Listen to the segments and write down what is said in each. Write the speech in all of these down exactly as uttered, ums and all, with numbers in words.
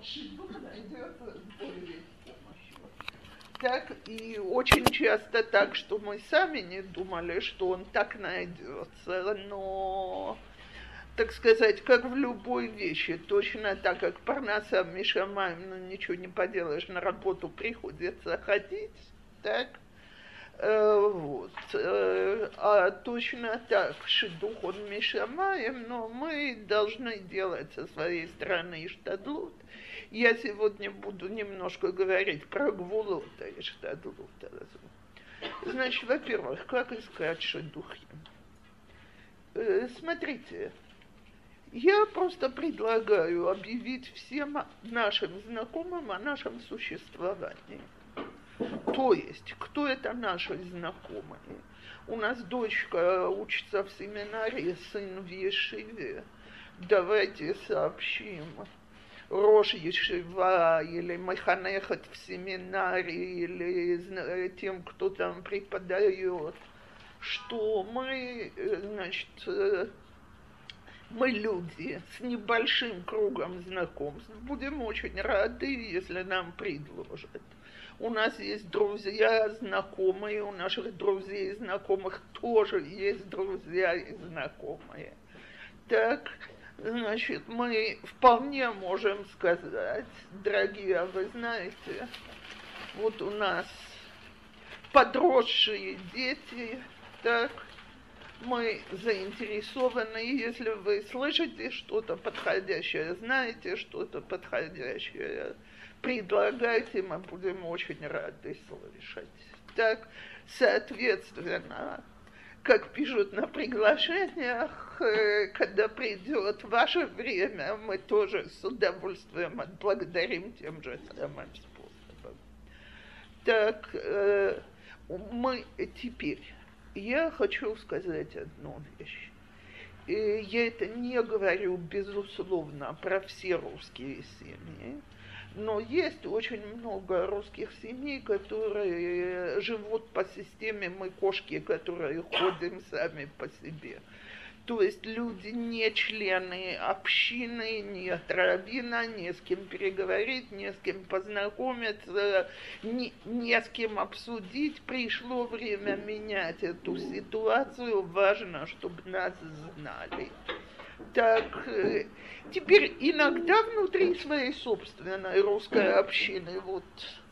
шидух найдется с Божьей помощью. Так, и очень часто так, что мы сами не думали, что он так найдется, но, так сказать, как в любой вещи, точно так, как парнаса мишамаем, ну ничего не поделаешь, на работу приходится ходить, так, э, вот, э, а точно так, шидух он мишамаем, но мы должны делать со своей стороны штадлут. Я сегодня буду немножко говорить про гвулота и штадлута. Значит, во-первых, как искать шедухим? Э, смотрите, я просто предлагаю объявить всем нашим знакомым о нашем существовании. То есть, кто это наши знакомые? У нас дочка учится в семинаре, сын в ешиве. Давайте сообщим Рош ешива или маханехат в семинаре, или тем, кто там преподает, что мы, значит, мы люди с небольшим кругом знакомств, будем очень рады, если нам предложат. У нас есть друзья, знакомые, у наших друзей и знакомых тоже есть друзья и знакомые. Так, значит, мы вполне можем сказать, дорогие, вы знаете, вот у нас подросшие дети, так, мы заинтересованы, если вы слышите что-то подходящее, знаете что-то подходящее, предлагайте, мы будем очень рады слышать. Так, соответственно, как пишут на приглашениях, когда придет ваше время, мы тоже с удовольствием отблагодарим тем же самым способом. Так, мы теперь, я хочу сказать одну вещь. Я это не говорю, безусловно, про все русские семьи, но есть очень много русских семей, которые живут по системе «мы кошки, которые ходим сами по себе». То есть люди не члены общины, нет раввина, не с кем переговорить, не с кем познакомиться, не, не с кем обсудить. Пришло время менять эту ситуацию, важно, чтобы нас знали. Так, теперь иногда внутри своей собственной русской общины вот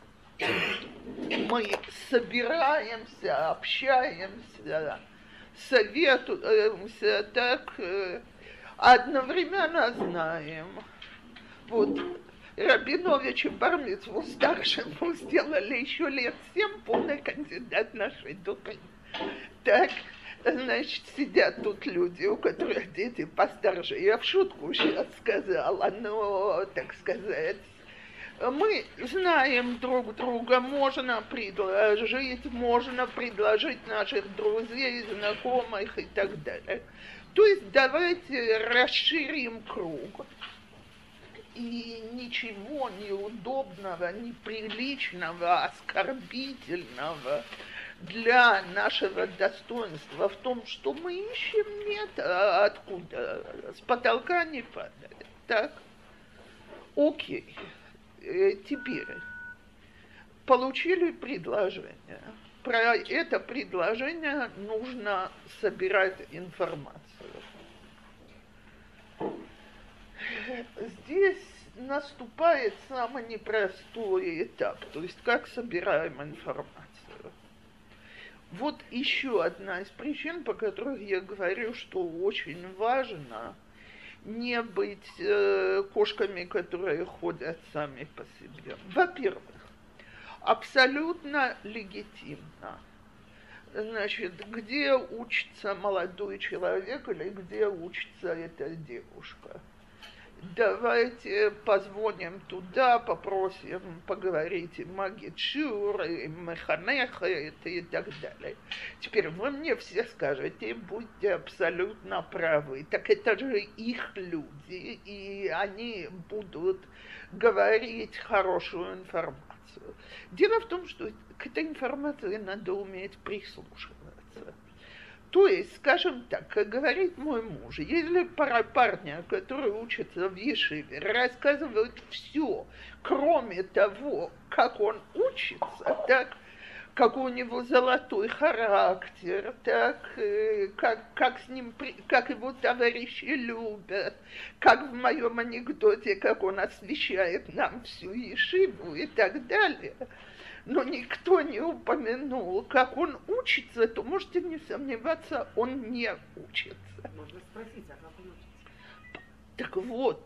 мы собираемся, общаемся, советуемся, так, одновременно знаем. Вот Рабинович и Бар-мицву старшему сделали еще лет семь, полный кандидат нашей духи. Так, значит, сидят тут люди, у которых дети постарше. Я в шутку сейчас сказала, но, так сказать, мы знаем друг друга, можно предложить, можно предложить наших друзей, знакомых и так далее. То есть давайте расширим круг. И ничего неудобного, неприличного, оскорбительного для нашего достоинства в том, что мы ищем, нет, а откуда, с потолка не падает. Так? Окей. Теперь получили предложение. Про это предложение нужно собирать информацию. Здесь наступает самый непростой этап, то есть как собираем информацию. Вот еще одна из причин, по которых я говорю, что очень важно не быть э, кошками, которые ходят сами по себе. Во-первых, абсолютно легитимно. Значит, где учится молодой человек или где учится эта девушка? Давайте позвоним туда, попросим поговорить и магичур, и механеха, и так далее. Теперь вы мне все скажете, будьте абсолютно правы. Так это же их люди, и они будут говорить хорошую информацию. Дело в том, что к этой информации надо уметь прислушиваться. То есть, скажем так, как говорит мой муж, если пара парня, который учится в Ешиве, рассказывают все, кроме того, как он учится, так, как у него золотой характер, так, как, как, с ним, как его товарищи любят, как в моем анекдоте, как он освещает нам всю Ешиву и так далее, но никто не упомянул, как он учится, то можете не сомневаться, он не учится. Можно спросить, а как он учится? Так вот,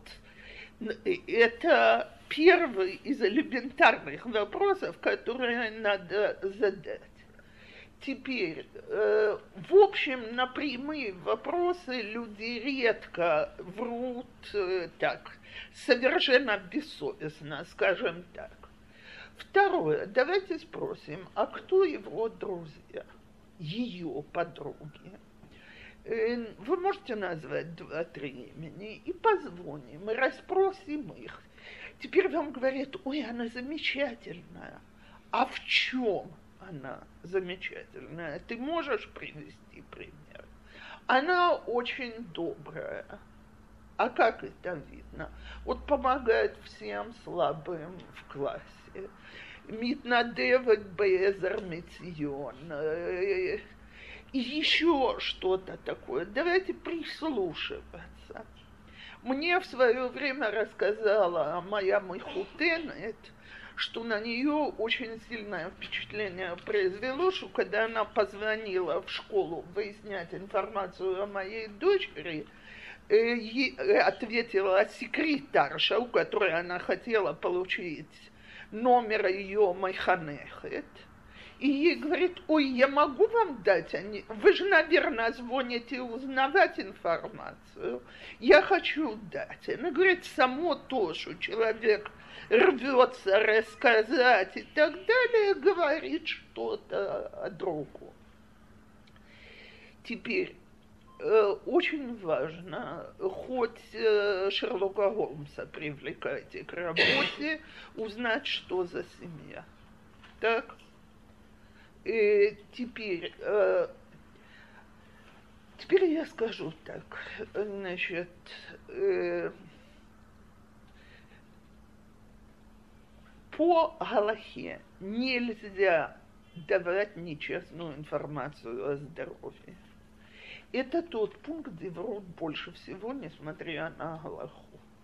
это первый из элементарных вопросов, которые надо задать. Теперь, э, в общем, на прямые вопросы люди редко врут э, так, совершенно бессовестно, скажем так. Второе, давайте спросим, а кто его друзья, ее подруги? Вы можете назвать два-три имени и позвоним, и расспросим их. Теперь вам говорят, ой, она замечательная. А в чем она замечательная? Ты можешь привести пример? Она очень добрая. А как это видно? Вот помогает всем слабым в классе. Митнадевет Безер Митьон. И еще что-то такое. Давайте прислушиваться. Мне в свое время рассказала моя мейхутенет, что на нее очень сильное впечатление произвело, что когда она позвонила в школу выяснять информацию о моей дочери, ей ответила секретарша, у которой она хотела получить номер ее майханехет, и ей говорит, ой, я могу вам дать? Они... Вы же, наверное, звоните узнавать информацию. Я хочу дать. Она говорит, само то, что человек рвется рассказать и так далее, говорит что-то о другом. Теперь, э, очень важно, хоть э, Шерлока Холмса привлекайте к работе, узнать, что за семья. Так? И теперь, э, теперь я скажу так, значит, э, по галахе нельзя давать нечестную информацию о здоровье. Это тот пункт, где врут больше всего, несмотря на галаху.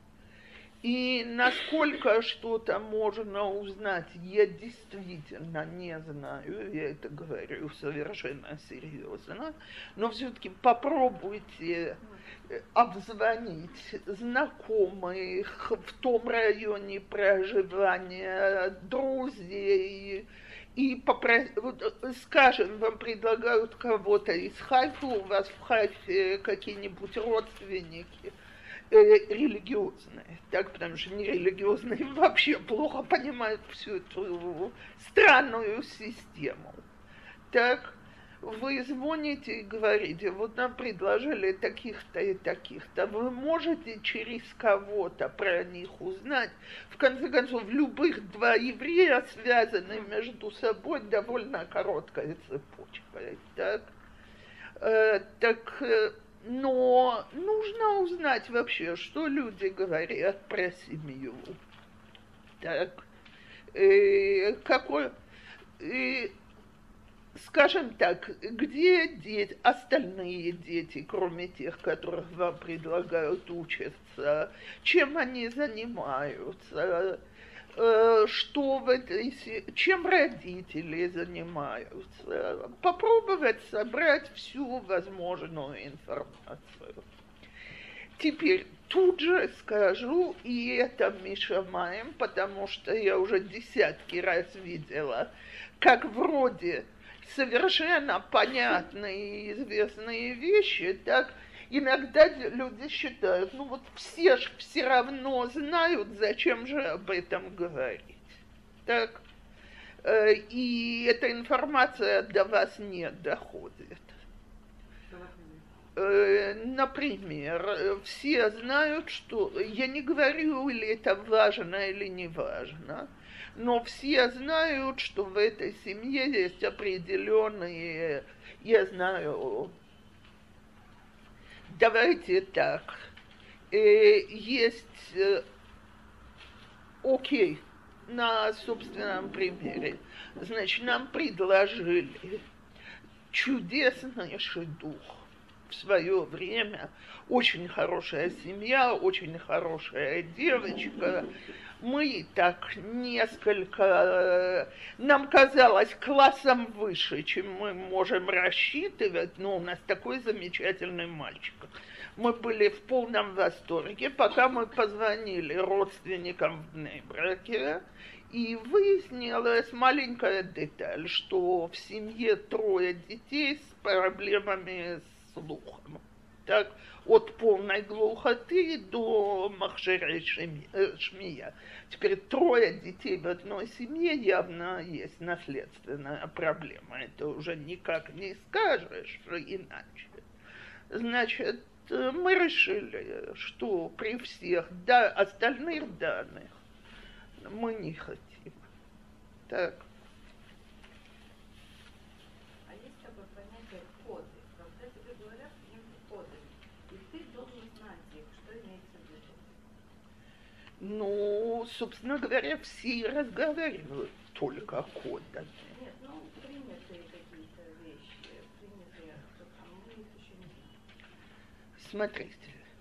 И насколько что-то можно узнать, я действительно не знаю, я это говорю совершенно серьезно, но все-таки попробуйте обзвонить знакомых в том районе проживания, друзей, и попросить, скажем, вам предлагают кого-то из Хайфа, у вас в Хайфе какие-нибудь родственники, религиозные, так, потому что нерелигиозные вообще плохо понимают всю эту странную систему. Так, вы звоните и говорите, вот нам предложили таких-то и таких-то, вы можете через кого-то про них узнать. В конце концов, любых два еврея связаны между собой довольно короткой цепочкой. Так, э, так э, но нужно узнать вообще, что люди говорят про семью. Так, э, какой, э, скажем так, где дети, остальные дети, кроме тех, которых вам предлагают учиться, чем они занимаются, э, что в этой, чем родители занимаются, попробовать собрать всю возможную информацию. Теперь тут же скажу, и это Мишамаем, потому что я уже десятки раз видела, как вроде совершенно понятные и известные вещи, так иногда люди считают, ну вот все же все равно знают, зачем же об этом говорить. Так, и эта информация до вас не доходит. Например, все знают, что... Я не говорю, или это важно, или не важно, но все знают, что в этой семье есть определенные, я знаю, давайте так. Э, есть, э, окей, на собственном примере. Значит, нам предложили чудесный шидух в свое время. Очень хорошая семья, очень хорошая девочка. Мы так несколько... Нам казалось классом выше, чем мы можем рассчитывать, но у нас такой замечательный мальчик. Мы были в полном восторге, пока мы позвонили родственникам в Нейбраке, и выяснилась маленькая деталь, что в семье трое детей с проблемами с слухом. Так, от полной глухоты до махшера шмия. Теперь трое детей в одной семье явно есть наследственная проблема. Это уже никак не скажешь иначе. Значит, мы решили, что при всех да, остальных данных мы не хотим. Так. А есть такое понятие коды. Когда тебе говорят некие коды, и ты должен знать их, что имеется в виду. Ну, собственно говоря, все разговаривают только кодами. Нет, ну, принятые какие-то вещи, принятые, а мы их еще не знаем. Смотрите.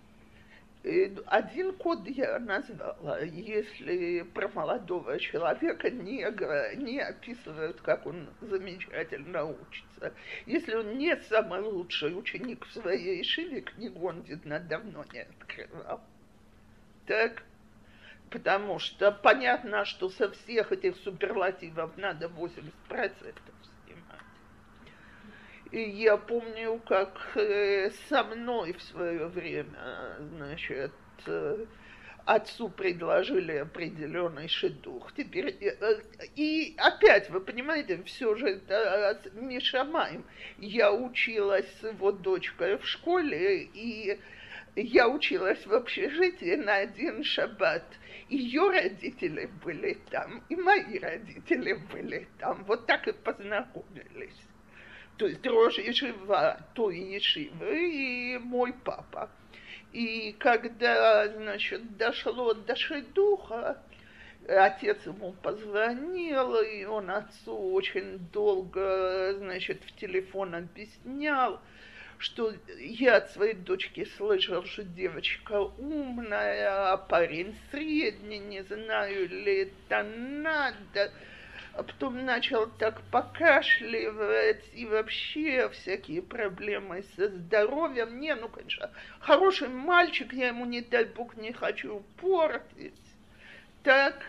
Один код я назвала. Если про молодого человека негра не описывают, как он замечательно учится. Если он не самый лучший ученик в своей шиве, книгу он, видно, давно не открывал. Так? Потому что понятно, что со всех этих суперлативов надо восемьдесят процентов снимать. И я помню, как э, со мной в свое время, значит, э, отцу предложили определенный шидух. Теперь, э, и опять, вы понимаете, все же это мишамаим. Я училась с его дочкой в школе, и я училась в общежитии на один шаббат. Ее родители были там, и мои родители были там. Вот так и познакомились. То есть Рош Ешива, той Ешивы и мой папа. И когда, значит, дошло до шидуха, отец ему позвонил, и он отцу очень долго, значит, в телефон объяснял, что я от своей дочки слышал, что девочка умная, а парень средний, не знаю, ли это надо. А потом начал так покашливать, и вообще всякие проблемы со здоровьем. Не, ну, конечно, хороший мальчик, я ему, не дай бог, не хочу портить. Так,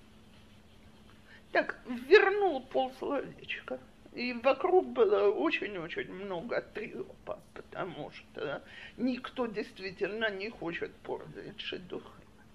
так, вернул полсловечка. И вокруг было очень-очень много трёпа, потому что никто действительно не хочет портить шидухи.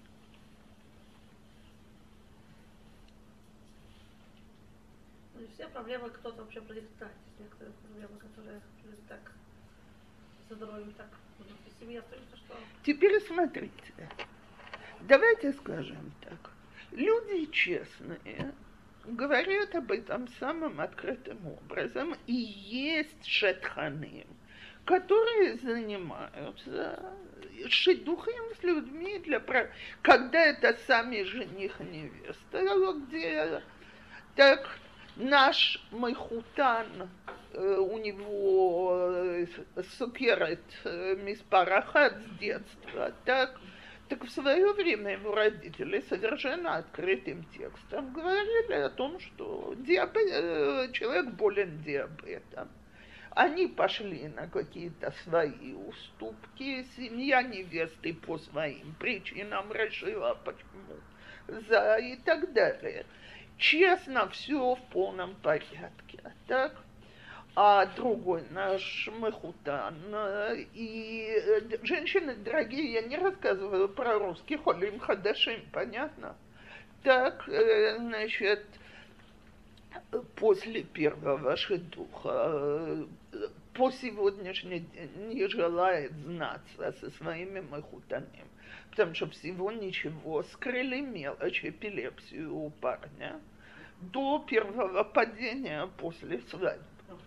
Ну, все проблемы кто-то вообще пролетает. Некоторые проблемы, которые так со здоровьем так в семье остаются, что... Теперь смотрите. Давайте скажем так. Люди честные говорят об этом самым открытым образом. И есть шатханым, которые занимаются шидухом с людьми, для прав... когда это сами жених и невеста, где так наш Мейхутан, у него сукерет миспарахат с детства, так Так в свое время его родители совершенно открытым текстом говорили о том, что диабет, человек болен диабетом. Они пошли на какие-то свои уступки, семья невесты по своим причинам решила, почему за и так далее. Честно, все в полном порядке, так? А другой наш Мехутан. И женщины дорогие, я не рассказываю про русских Олим Хадашим, понятно? Так, значит, после первого шидуха, по сегодняшний день не желает знаться со своими Мехутаним, потому что всего ничего, скрыли мелочь, эпилепсию у парня до первого падения после свадьбы.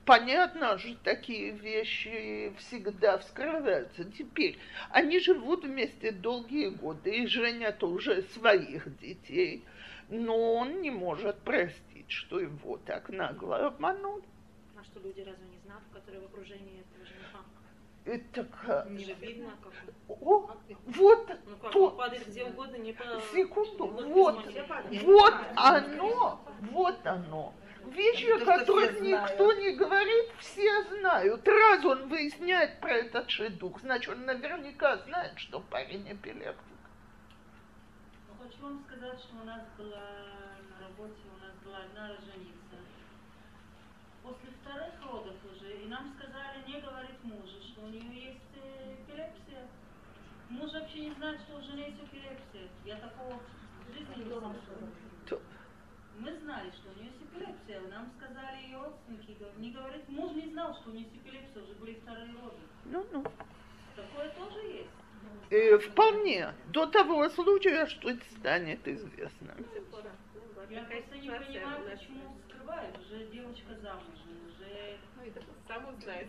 понятно же, такие вещи всегда вскрываются. Теперь, они живут вместе долгие годы и женят уже своих детей, но он не может простить, что его так нагло обманули. А что люди разве не знают, которые в окружении этого жениха? Это Не же видно, как он. О, вот, Ну как, по- он падает где угодно, не по... секунду, не вот, посмотреть. вот оно, вот оно. Вещи, о То, что которых все никто знают. не говорит, все знают. Раз он выясняет про этот шидух, значит, он наверняка знает, что парень эпилептик. Но хочу вам сказать, что у нас была на работе, у нас была одна роженица. После вторых родов уже, и нам сказали не говорить мужу, что у нее есть э, эпилепсия. Муж вообще не знает, что у жены есть эпилепсия. Я такого в жизни не слышала. То- Мы знали, что у нее есть эпилепсия. Нам сказали ее родственники, говор- не говорить, муж не знал, что у нее есть эпилепсия, уже были вторые роды. Ну, ну. Такое тоже есть. Э, вполне. До того случая, что это станет известно. Я просто не понимаю, почему скрывают. Уже девочка замужем, уже... Ну, это сам узнает.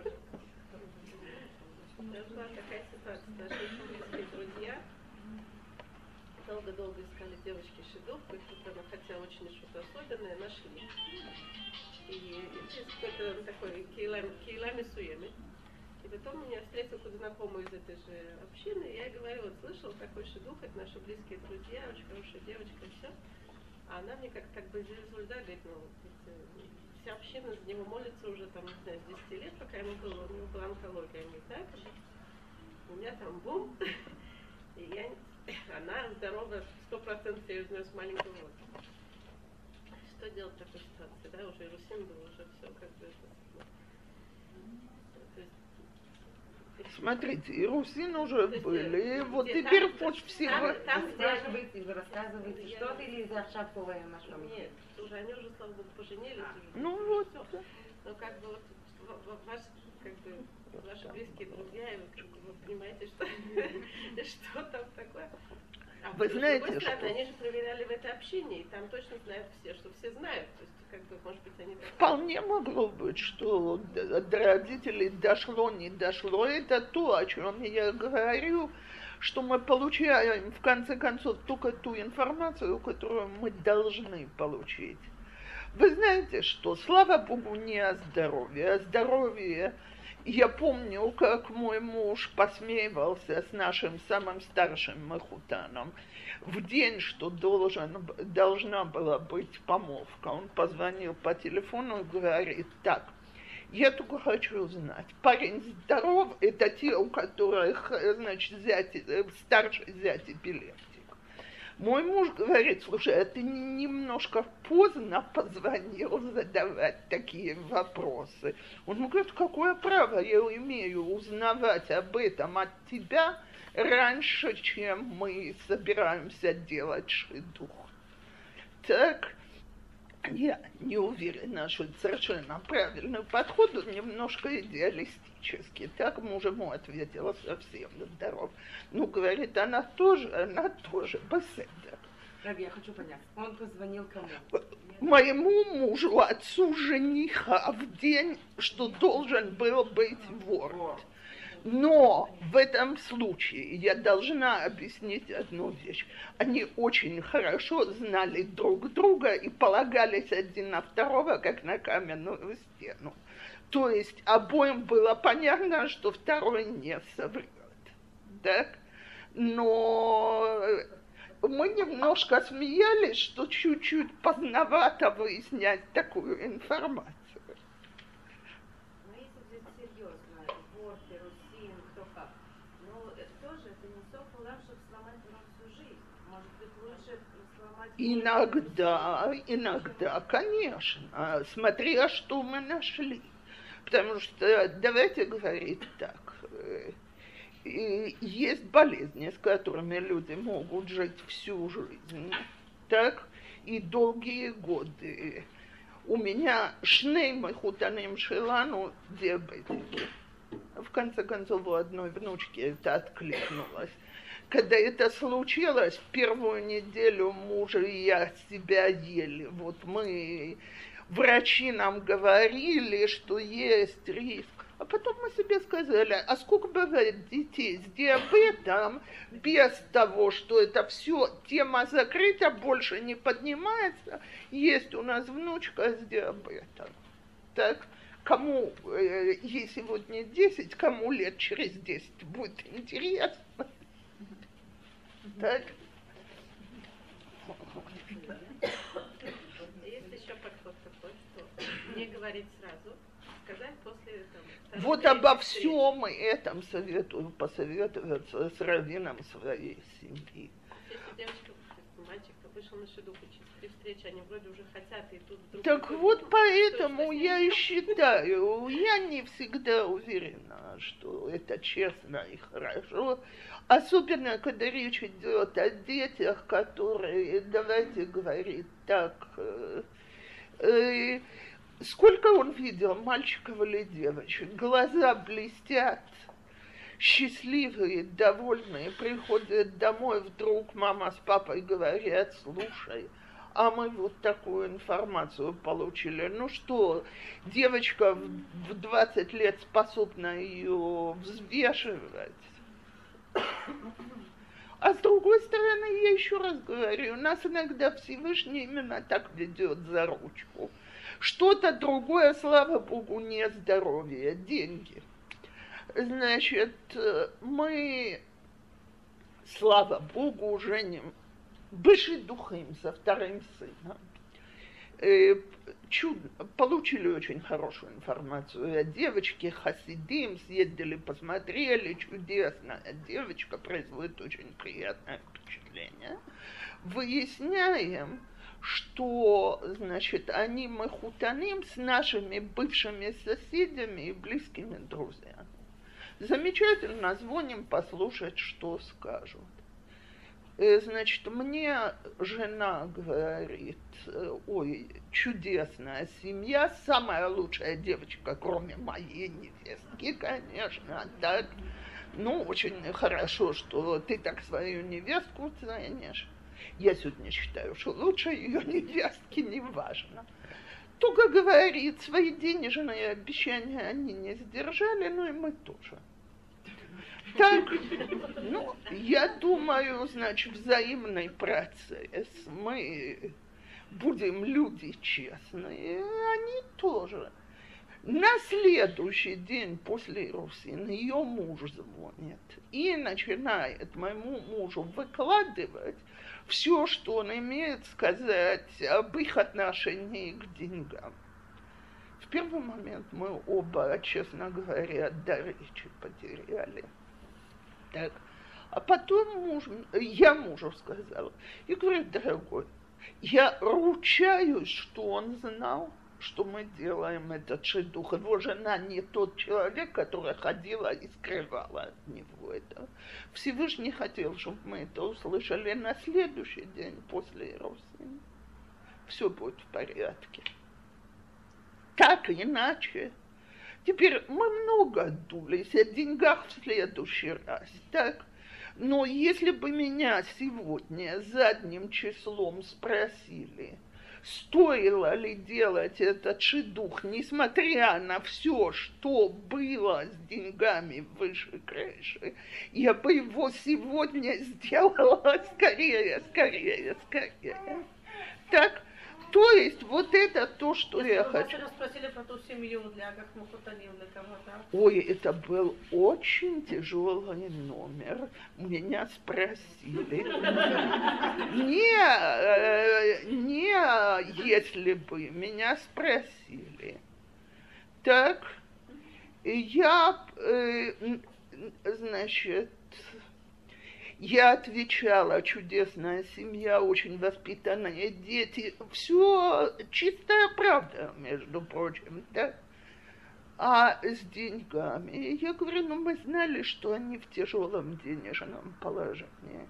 Была такая ситуация, наши очень близкие друзья долго-долго искали девочки шидух, и тут она хотела очень что-то особенное, нашли. И через какой-то такой кейлами суеми. И потом меня встретил какой-то знакомый из этой же общины, и я ей говорю, вот слышал такой шидух, это наши близкие друзья, очень хорошая девочка, и все. А она мне как-то так бы звезда, говорит, ну, ведь, вся община за него молится уже там, не знаю, с десяти лет, пока ему было, у него была онкология, не так? У меня там бум, и я, она здорова, сто процентов я узнаю с маленького возраста. Что делать в такой ситуации, да, уже Русин был, уже все как бы это, то есть, Смотрите, и Русин уже То есть, были, э, вот где теперь там- пусть все... там- вы- там, Вы где- спрашиваете, вы рассказываете Я- что-то или за шапковое машину? Нет, уже они уже, слава богу, поженились. Уже, Ну уже вот, всё. да. Но как бы вот в- в- ваш, как бы, ваши близкие друзья, и вы, как бы, вы понимаете, что, что там такое. А Вы с знаете, другой стороны, что- они же проверяли в этой общине, и там точно знают все, что все знают. То есть, как бы, может быть, они так... Вполне могло быть, что до до родителей дошло, не дошло. Это то, о чем я говорю, что мы получаем, в конце концов, только ту информацию, которую мы должны получить. Вы знаете, что, слава богу, не о здоровье. О здоровье я помню, как мой муж посмеивался с нашим самым старшим Махутаном. В день, что должен, должна была быть помолвка, он позвонил по телефону и говорит, так, я только хочу знать, парень здоров, это те, у которых, значит, зять, старший зять эпилептик. Мой муж говорит, слушай, а ты немножко поздно позвонил задавать такие вопросы. Он ему говорит, какое право я имею узнавать об этом от тебя раньше, чем мы собираемся делать шидух. Так, я не уверена, что это совершенно правильный подход, он немножко идеалистический. Так муж ему ответила, совсем здоров. Ну, говорит, она тоже, она тоже беседа. Раби, я хочу понять, он позвонил кому? Моему мужу, отцу жениха, в день, что должен был быть ворот. Но в этом случае я должна объяснить одну вещь. Они очень хорошо знали друг друга и полагались один на второго, как на каменную стену. То есть обоим было понятно, что второй не соврет. Так? Но мы немножко смеялись, что чуть-чуть поздновато выяснять такую информацию. Но если взять серьезно, Ворты, Русин, кто как, но это тоже, это не сок улам, чтобы сломать вам всю жизнь. Может быть, лучше сломать... Иногда, иногда, конечно, смотря что мы нашли. Потому что, давайте говорить так, э, и есть болезни, с которыми люди могут жить всю жизнь, так, и долгие годы. У меня шней махутаним шелану диабетики. В конце концов, у одной внучки это откликнулось. Когда это случилось, в первую неделю муж и я себя ели. Вот мы, врачи нам говорили, что есть риск. А потом мы себе сказали, а сколько бывает детей с диабетом без того, что это все, тема закрыта, больше не поднимается. Есть у нас внучка с диабетом. Так, кому, э, ей сегодня десять, кому лет через десять будет интересно. Так. Есть еще подход такой, что не говорить сразу, сказать после этого. Вот обо всем этом советую посоветоваться с раввином своей семьи. Если девочка, мальчик вышел на шидух учиться, при встрече они вроде уже хотят, и тут вдруг... Так вот поэтому я и считаю, я не всегда уверена, что это честно и хорошо, особенно когда речь идет о детях, которые, давайте говорить так, э, э, сколько он видел, мальчиков или девочек, глаза блестят, счастливые, довольные, приходят домой, вдруг мама с папой говорят, слушай, а мы вот такую информацию получили. Ну что, девочка в двадцать лет способна ее взвешивать. А с другой стороны, я еще раз говорю, нас иногда Всевышний именно так ведет за ручку. Что-то другое, слава Богу, не здоровье, деньги. Значит, мы, слава Богу, женим Быши Духим со вторым сыном. Э, чудно, получили очень хорошую информацию о девочке, хасидим, съездили, посмотрели, чудесная девочка, производит очень приятное впечатление. Выясняем, что, значит, они махутаним с нашими бывшими соседями и близкими друзьями. Замечательно, звоним послушать, что скажут. Значит, мне жена говорит, ой, чудесная семья, самая лучшая девочка, кроме моей невестки, конечно, так. Ну, очень хорошо, что ты так свою невестку ценишь. Я сегодня считаю, что лучше ее невестки не важно. Туго говорит, свои денежные обещания они не сдержали, ну и мы тоже. Так, ну, я думаю, значит, взаимный процесс. Мы будем люди честные, они тоже. На следующий день после Русин ее муж звонит и начинает моему мужу выкладывать все, что он имеет сказать об их отношении к деньгам. В первый момент мы оба, честно говоря, до речи потеряли. Так. А потом муж, я мужу сказала, и говорю, дорогой, я ручаюсь, что он знал, что мы делаем этот шидух. Его жена не тот человек, который ходила и скрывала от него это. Всевышний хотел, чтобы мы это услышали на следующий день после Русин. Все будет в порядке. Так иначе. Теперь мы много дулись о деньгах в следующий раз, так? Но если бы меня сегодня задним числом спросили, стоило ли делать этот шидух, несмотря на все, что было с деньгами выше крыши, я бы его сегодня сделала скорее, скорее, скорее. Так? То есть вот это то, что Если я вы хочу. Вы спросили про ту семью для как мухутаним для кого-то. Ой, это был очень тяжелый номер. Меня спросили. Не, не, если бы меня спросили. Так, я, э, значит, я отвечала, чудесная семья, очень воспитанные дети. Все чистая правда, между прочим, да? А с деньгами, я говорю, ну мы знали, что они в тяжелом денежном положении.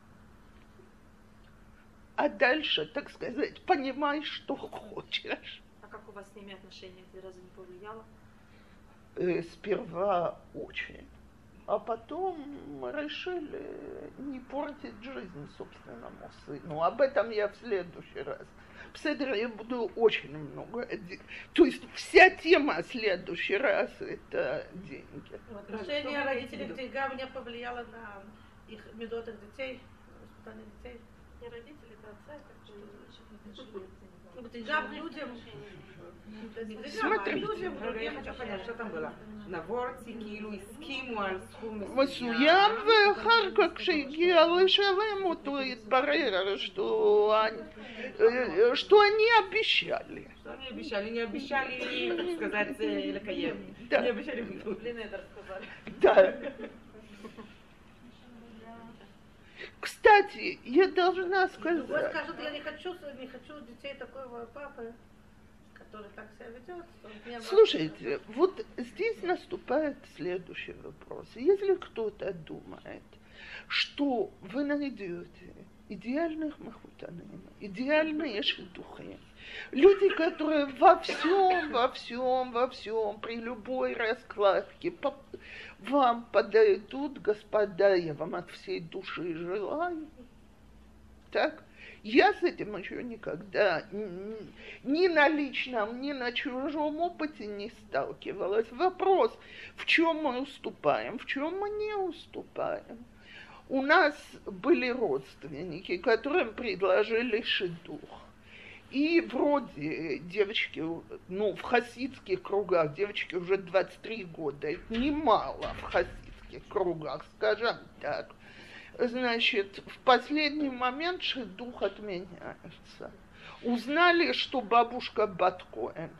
А дальше, так сказать, понимай, что хочешь. А как у вас с ними отношения? Ни разу не повлияло? Э, сперва очень. А потом мы решили не портить жизнь собственному сыну. Об этом я в следующий раз Пседр, я буду очень много. То есть вся тема следующий раз это деньги. Отношение родителей к деньгам не повлияло на их медот их детей, на воспитание детей. Не родители, это отца, как Ну, к деньгам, людям. Смотри. Я хочу понять, что там было. נבורצי כאילו הסכימו על סכום מסוים, ואחר כך כשהגיע לשלם אותו התברר что они, что они обещали. Что они обещали? Не обещали сказать לקיים. Да. Не обещали. Линедер сказали. Да. Кстати, я должна Другой сказать. скажет, я не хочу, не хочу детей такого папы, который так себя ведет. Слушайте, вот здесь наступает следующий вопрос. Если кто-то думает, что вы найдете идеальных махутаным, идеальные шедухи, люди, которые во всем, во всем, во всем, при любой раскладке вам подойдут, господа, я вам от всей души желаю. Так? Я с этим еще никогда ни на личном, ни на чужом опыте не сталкивалась. Вопрос, в чем мы уступаем, в чем мы не уступаем. У нас были родственники, которым предложили шидух. И вроде девочки, ну, в хасидских кругах, девочки уже двадцать три года, это немало в хасидских кругах, скажем так. Значит, в последний момент шидух отменяется. Узнали, что бабушка Баткоэн.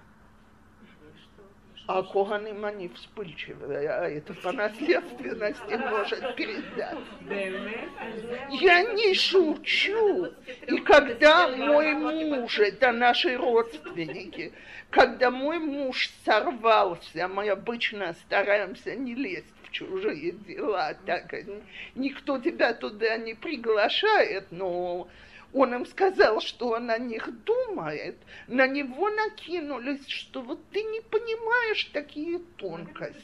А коганим они вспыльчивые, а это по наследственности может передать. Я не шучу. И когда мой муж, это наши родственники, когда мой муж сорвался, мы обычно стараемся не лезть в чужие дела, так никто тебя туда не приглашает, но он им сказал, что он о них думает, на него накинулись, что вот ты не понимаешь такие тонкости.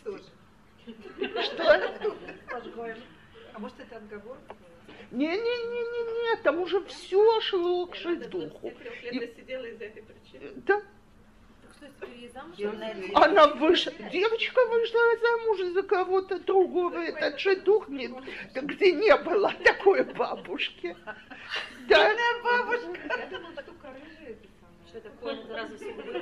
Что? А может это отговор? Не-не-не-не-не, там уже все шло к шидуху. Я сидела из этой причины. Да. Что теперь ей замуж? Она вышла, девочка вышла замуж за кого-то другого, этот шидух, не, где не было такой бабушки. Да, бабушка. Я думала, только рыжая это самое. Что такое? Это разве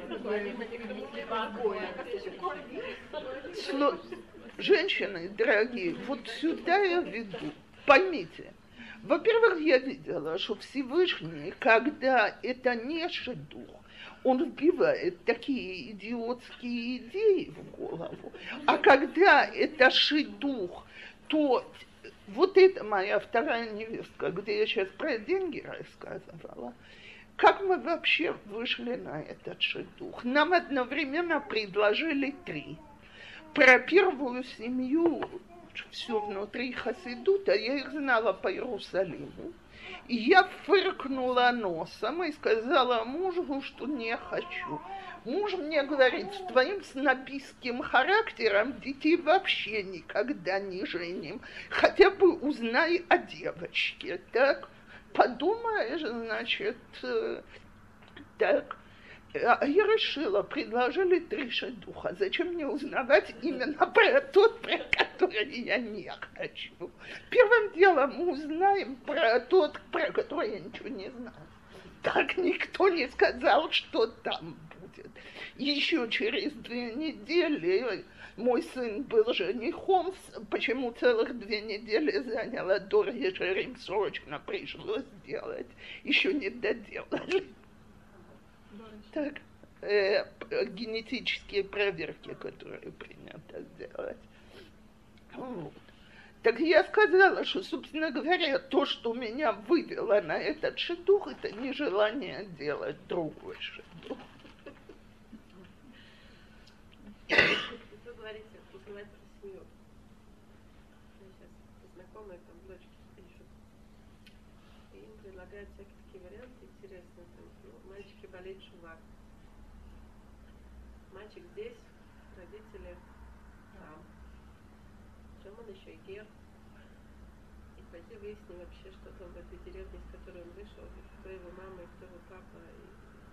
Сло... Женщины, дорогие, вот сюда я веду. Поймите, во-первых, я видела, что Всевышний, когда это не шидух, он вбивает такие идиотские идеи в голову. А когда это шидух, то вот это моя вторая невестка, где я сейчас про деньги рассказывала. Как мы вообще вышли на этот шидух? Нам одновременно предложили три. Про первую семью, все внутри хасидута, я их знала по Иерусалиму. И я фыркнула носом и сказала мужу, что не хочу. Муж мне говорит, с твоим снобистским характером детей вообще никогда не женим. Хотя бы узнай о девочке, так? Подумаешь, значит, так. А я решила, предложили три шидуха. Зачем мне узнавать именно про тот, про который я не хочу? Первым делом мы узнаем про тот, про который я ничего не знаю. Так никто не сказал, что там будет. Еще через две недели мой сын был женихом. Почему целых две недели заняло Дор Ешерим, срочно пришлось сделать. Еще не доделали. Так, э, генетические проверки, которые принято сделать. Вот. Так я сказала, что, собственно говоря, то, что меня вывело на этот шидух, это нежелание делать другой шидух. Вы говорите, называется семью. Сейчас знакомые там дочки пишут. И им предлагают всякие такие варианты интересные. Там, ну, мальчики болеют шува. Мальчик здесь, родители там. Чем он еще и гер. И пойди выясни вообще, что там в этой деревне, из которой он вышел, кто его мама и кто его папа. И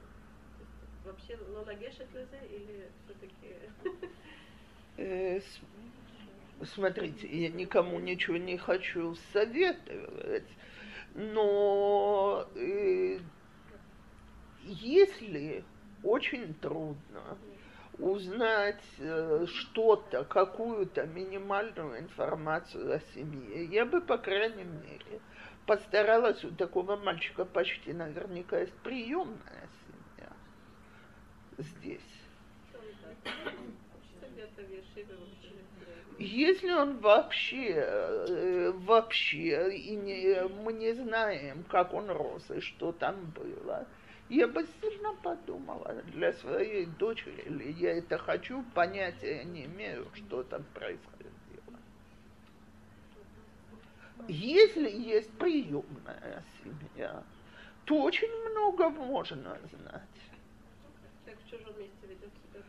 вообще лолагешет лезе или все-таки... Э, с- смотрите, я никому ничего не хочу советовать, но э, если очень трудно узнать э, что-то, какую-то минимальную информацию о семье, я бы, по крайней мере, постаралась, у такого мальчика почти наверняка есть приемная семья здесь. Если он вообще, э, вообще, и не, мы не знаем, как он рос и что там было, я бы сильно подумала для своей дочери, или я это хочу, понятия не имею, что там происходило. Если есть приемная семья, то очень много можно знать. Как в чужом месте ведет себя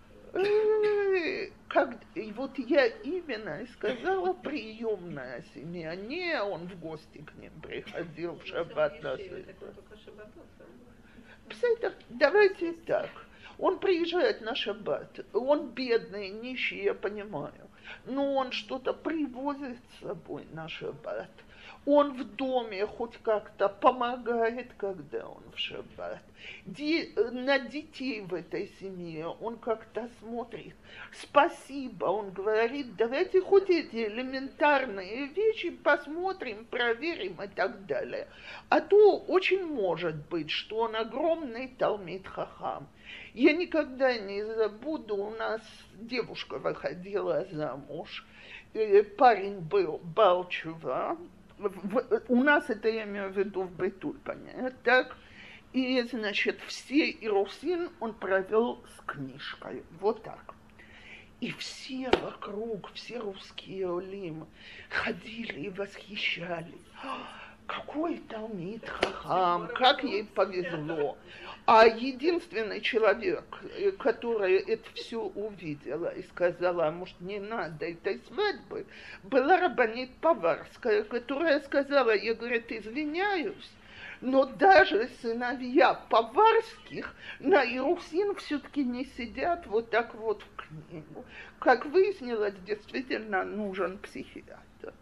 как... Как, и вот я именно и сказала приемная семья, не он в гости к ним приходил в шаббат на среду. Псайдер, давайте так. Он приезжает на шаббат, он бедный, нищий, я понимаю, но он что-то привозит с собой на шаббат. Он в доме хоть как-то помогает, когда он в шаббат. Де, на детей в этой семье он как-то смотрит. Спасибо, он говорит, давайте хоть эти элементарные вещи посмотрим, проверим и так далее. А то очень может быть, что он огромный талмид хахам. Я никогда не забуду, у нас девушка выходила замуж, парень был баал тшува. У нас это я имею в виду в Бейтульпане, так? И, значит, все Ирусин он провел с книжкой, вот так. И все вокруг, все русские олим ходили и восхищались. Какой талмид хахам, как ей повезло. А единственный человек, который это все увидела и сказала, может, не надо этой свадьбы, была рабанит Поварская, которая сказала, я, говорит, извиняюсь, но даже сыновья Поварских на Ирусин все-таки не сидят вот так вот в книгу. Как выяснилось, действительно нужен психиатр.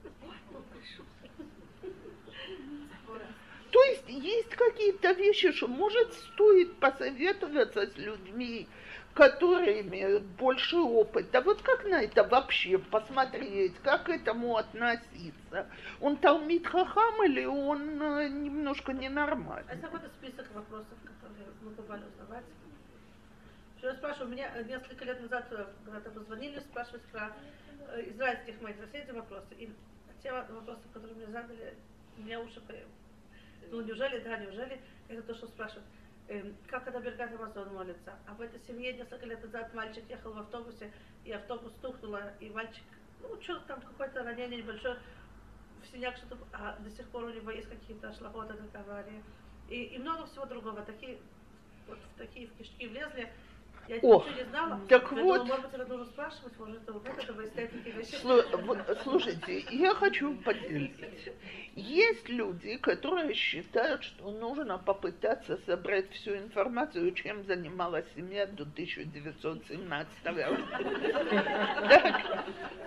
То есть есть какие-то вещи, что, может, стоит посоветоваться с людьми, которые имеют больше опыта. Вот как на это вообще посмотреть, как к этому относиться? Он талмид хахам или он немножко ненормальный? А это какой-то список вопросов, которые мы попали узнавать. Я спрашиваю, меня несколько лет назад, когда-то позвонили, спрашивать про израильских моих соседей вопросы. И те вопросы, которые мне задали, у меня уши появились. Ну, неужели, да, неужели, это то, что спрашивают, эм, как это Беркат Амазон молится. А в этой семье несколько лет назад мальчик ехал в автобусе, и автобус стукнуло, и мальчик, ну, что-то там, какое-то ранение небольшое, в синяк что-то, а до сих пор у него есть какие-то шлахоты от этой аварии. И, и много всего другого. Такие, вот в такие в кишки влезли. Я Ох, ничего не знала. так я вот, думала, может быть, это нужно спрашивать, может, это вот это выяснять такие вещи. Слу- слушайте, я хочу поделить. Есть люди, которые считают, что нужно попытаться собрать всю информацию, чем занималась семья до тысяча девятьсот семнадцатого года.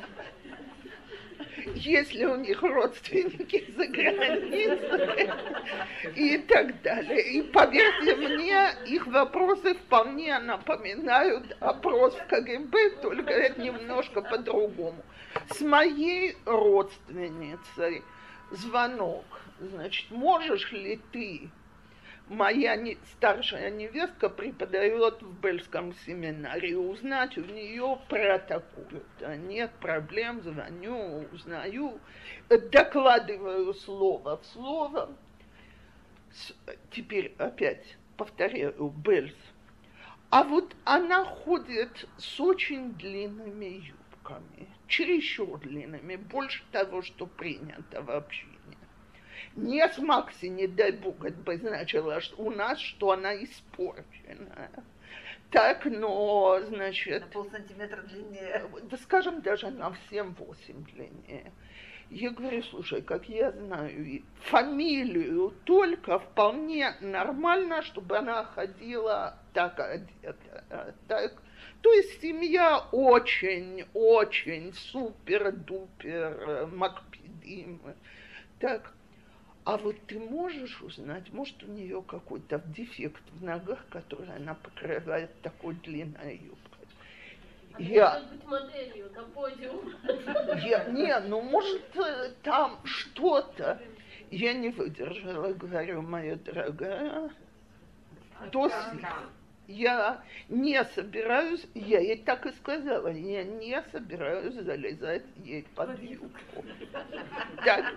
Если у них родственники за границей и так далее. И поверьте мне, их вопросы вполне напоминают опрос в ка гэ бэ, только это немножко по-другому. С моей родственницей звонок. Значит, можешь ли ты, моя не, старшая невестка преподает в Бельском семинаре, узнать у нее про такую-то? Нет проблем, звоню, узнаю, докладываю слово в слово. С, теперь опять повторяю, Бельс. А вот она ходит с очень длинными юбками, чересчур длинными, больше того, что принято в общине. Не с Макси, не дай бог, это бы значило, что у нас, что она испорченная. Так, но, значит... На полсантиметра длиннее. Да, скажем, даже на семь-восемь длиннее. Я говорю, слушай, как я знаю фамилию только, вполне нормально, чтобы она ходила так одета. Так. То есть семья очень-очень супер-дупер макпидим. Так. А вот ты можешь узнать, может, у нее какой-то дефект в ногах, который она покрывает такой длинной юбкой. Она Я... может быть моделью на подиум. Я... Не, ну, может, там что-то. Я не выдержала, говорю, моя дорогая, до сих. Я не собираюсь, я ей так и сказала, я не собираюсь залезать ей под юбку. Так.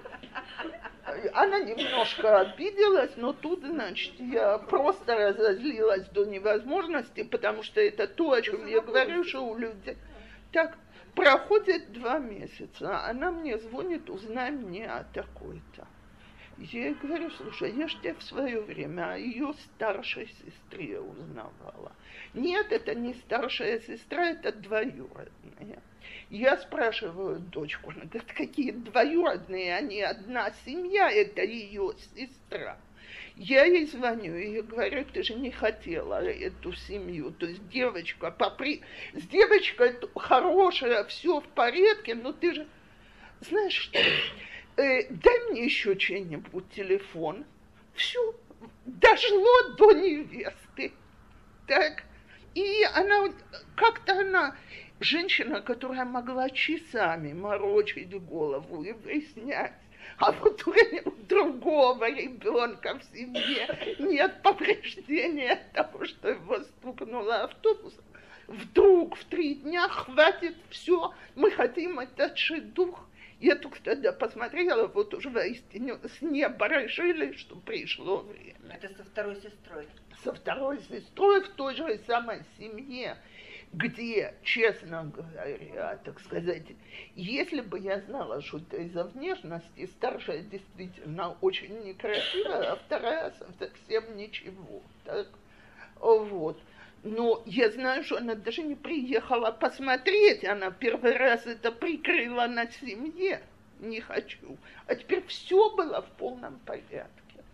Она немножко обиделась, но тут, значит, я просто разозлилась до невозможности, потому что это то, о чем я говорю, что у людей... Так, проходит два месяца, она мне звонит, узнай мне о такой-то. Я ей говорю, слушай, я ж тебя в свое время о ее старшей сестре узнавала. Нет, это не старшая сестра, это двоюродная. Я спрашиваю дочку, она говорит, какие двоюродные, они одна семья, это ее сестра. Я ей звоню, и я говорю, ты же не хотела эту семью. То есть девочка, попри... с девочкой хорошая, все в порядке, но ты же... Знаешь что, э, дай мне еще чей-нибудь телефон. Все, дошло до невесты. Так, и она, как-то она... Женщина, которая могла часами морочить голову и выяснять, а вот у другого ребенка в семье нет повреждения от того, что его стукнуло автобусом. Вдруг в три дня хватит все, мы хотим этот шедух. Я только тогда посмотрела, вот уже воистину с неба решили, что пришло время. Это со второй сестрой? Со второй сестрой в той же самой семье. Где, честно говоря, так сказать, если бы я знала, что это из-за внешности, старшая действительно очень некрасивая, а вторая совсем ничего. Так? Вот. Но я знаю, что она даже не приехала посмотреть, она первый раз это прикрыла на семье. Не хочу. А теперь все было в полном порядке.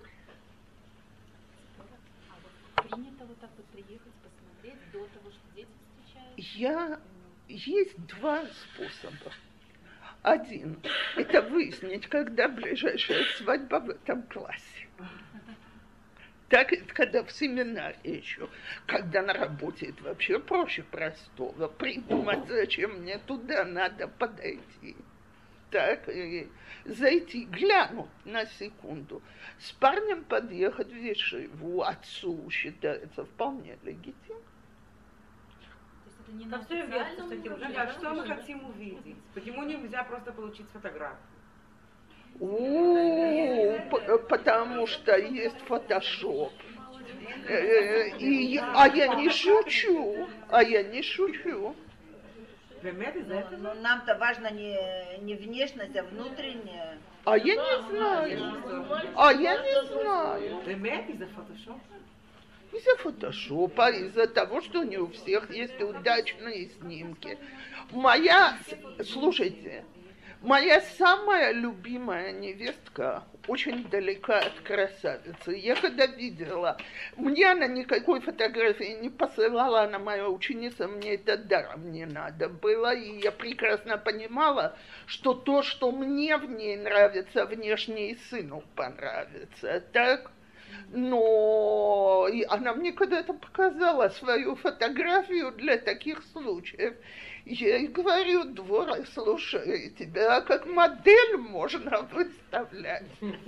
А вот принято вот так вот приехать, посмотреть до того, что дети встречаются? Я... Есть два способа. Один – это выяснить, когда ближайшая свадьба в этом классе. Так, когда в семинаре еще, когда на работе, это вообще проще простого. Придумать, зачем мне туда надо подойти. Так, и зайти, глянуть на секунду. С парнем подъехать в Ешиву отцу считается вполне легитимно. Не Да на всё и официальном вместе с таким уровне, же. Да, да, что мы уже? хотим увидеть? Почему нельзя просто получить фотографию? О, п- потому что есть фотошоп. Э, и, а я не шучу, а я не шучу. Пример из этого? Но нам-то важно не, не внешность, а внутренняя. А я не знаю. А я не знаю. Пример из-за фотошопа? Из-за фотошопа, из-за того, что не у всех есть удачные снимки. Моя, слушайте, моя самая любимая невестка очень далека от красавицы. Я когда видела, мне она никакой фотографии не посылала, она моя ученица, мне это даром не надо было. И я прекрасно понимала, что то, что мне в ней нравится внешне, и сыну понравится. Так? Но и она мне когда-то показала свою фотографию для таких случаев. Я ей говорю, Двора, слушай, тебя как модель можно выставлять.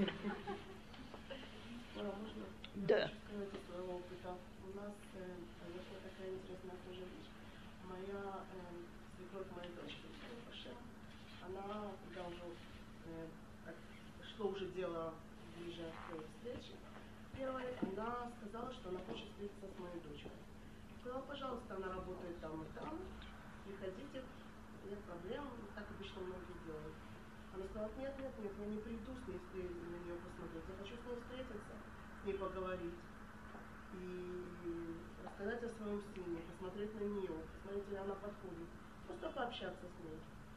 Да. Сказать из своего опыта. У нас э, произошла такая интересная тоже вещь. Моя э, свекровь моей дочки, она, когда уже э, так, шло уже дело ближе к встрече, первой, она сказала, что она хочет встретиться с моей дочкой. Сказала, пожалуйста, она работает там и там, приходите, нет проблем, так обычно многие делают. Она сказала, нет, нет, нет, я не приду с ней на нее посмотреть, я хочу с ней встретиться, с ней поговорить и рассказать о своем сыне, посмотреть на нее, посмотреть, ли она подходит, просто пообщаться с ней.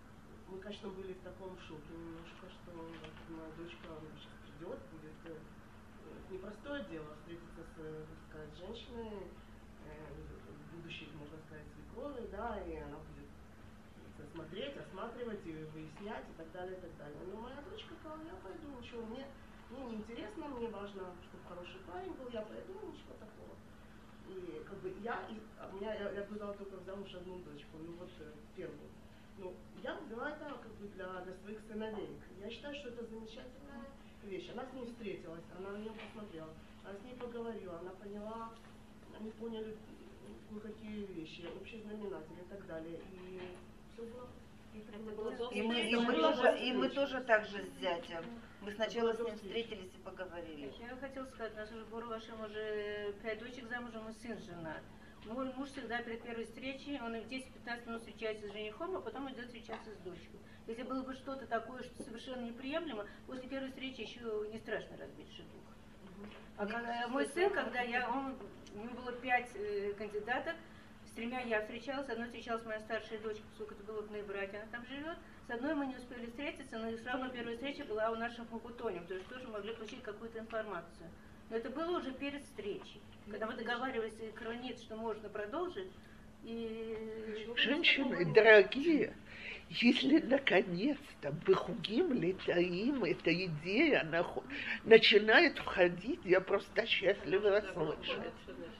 мы, конечно, были в таком шоке немножко, что вот, моя дочка сейчас придет, будет э, непростое дело встретиться с, так сказать, женщиной, э, будущей, можно сказать, свекрови, да, и она будет смотреть, рассматривать и выяснять и так далее, и так далее. Но моя дочка сказала, я пойду, ничего, мне, мне неинтересно, мне важно, чтобы хороший парень был, я пойду, ничего такого. И как бы я, и, а у меня, я, я была только замуж одну дочку, ну вот первую. Ну, я взяла это как бы для, для своих сыновей. Я считаю, что это замечательная вещь. Она с ней встретилась, она на нее посмотрела, она с ней поговорила, она поняла, они поняли кое-какие вещи, общий знаменатель и так далее. И все было. И мы, и, мы тоже, и мы тоже так же с зятем. Мы сначала с ним встретились и поговорили. Я хотела сказать, у нас уже Бору вашим уже пять дочек замужем и сын жена. Мой муж всегда перед первой встречей, он и в десять-пятнадцать минут встречается с женихом, а потом идет встречаться с дочкой. Если было бы что-то такое, что совершенно неприемлемо, после первой встречи еще не страшно разбить шедух. А когда, мой сын, когда я, он, у него было пять э, кандидаток, с тремя я встречалась, с одной встречалась моя старшая дочка, поскольку это было в ноябре, она там живет, с одной мы не успели встретиться, но сразу на первой встрече была у нашим факутонем, то есть тоже могли получить какую-то информацию. Но это было уже перед встречей, когда мы договаривались и хранить, что можно продолжить. И... Женщины дорогие, если наконец-то бехугим летаим, эта идея наход... начинает входить, я просто счастлива слышать.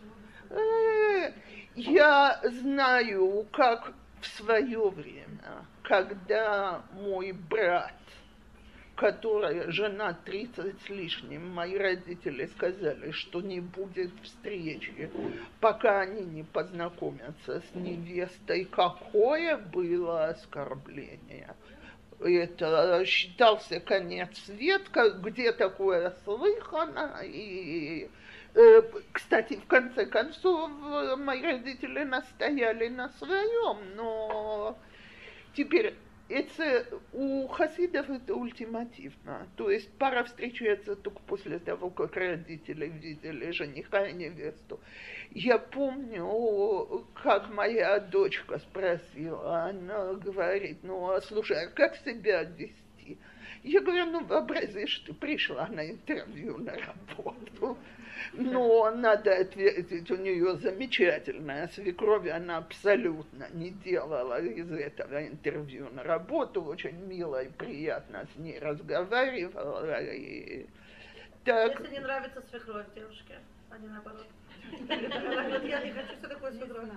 Я знаю, как в свое время, когда мой брат, которая жена тридцать с лишним, мои родители сказали, что не будет встречи, пока они не познакомятся с невестой, какое было оскорбление. Это считался конец света, где такое слыхано, и... Кстати, в конце концов, мои родители настояли на своем, но теперь это, у хасидов это ультимативно. То есть пара встречается только после того, как родители видели жениха и невесту. Я помню, как моя дочка спросила, она говорит, ну, слушай, а как себя вести? Я говорю, ну, вообрази, что ты пришла на интервью, на работу. Но надо ответить, у нее замечательная свекровь, она абсолютно не делала из этого интервью на работу, очень мило и приятно с ней разговаривала. И... Так... Если не нравится свекровь девушке, а не наоборот. Я не хочу, что такое свекровь.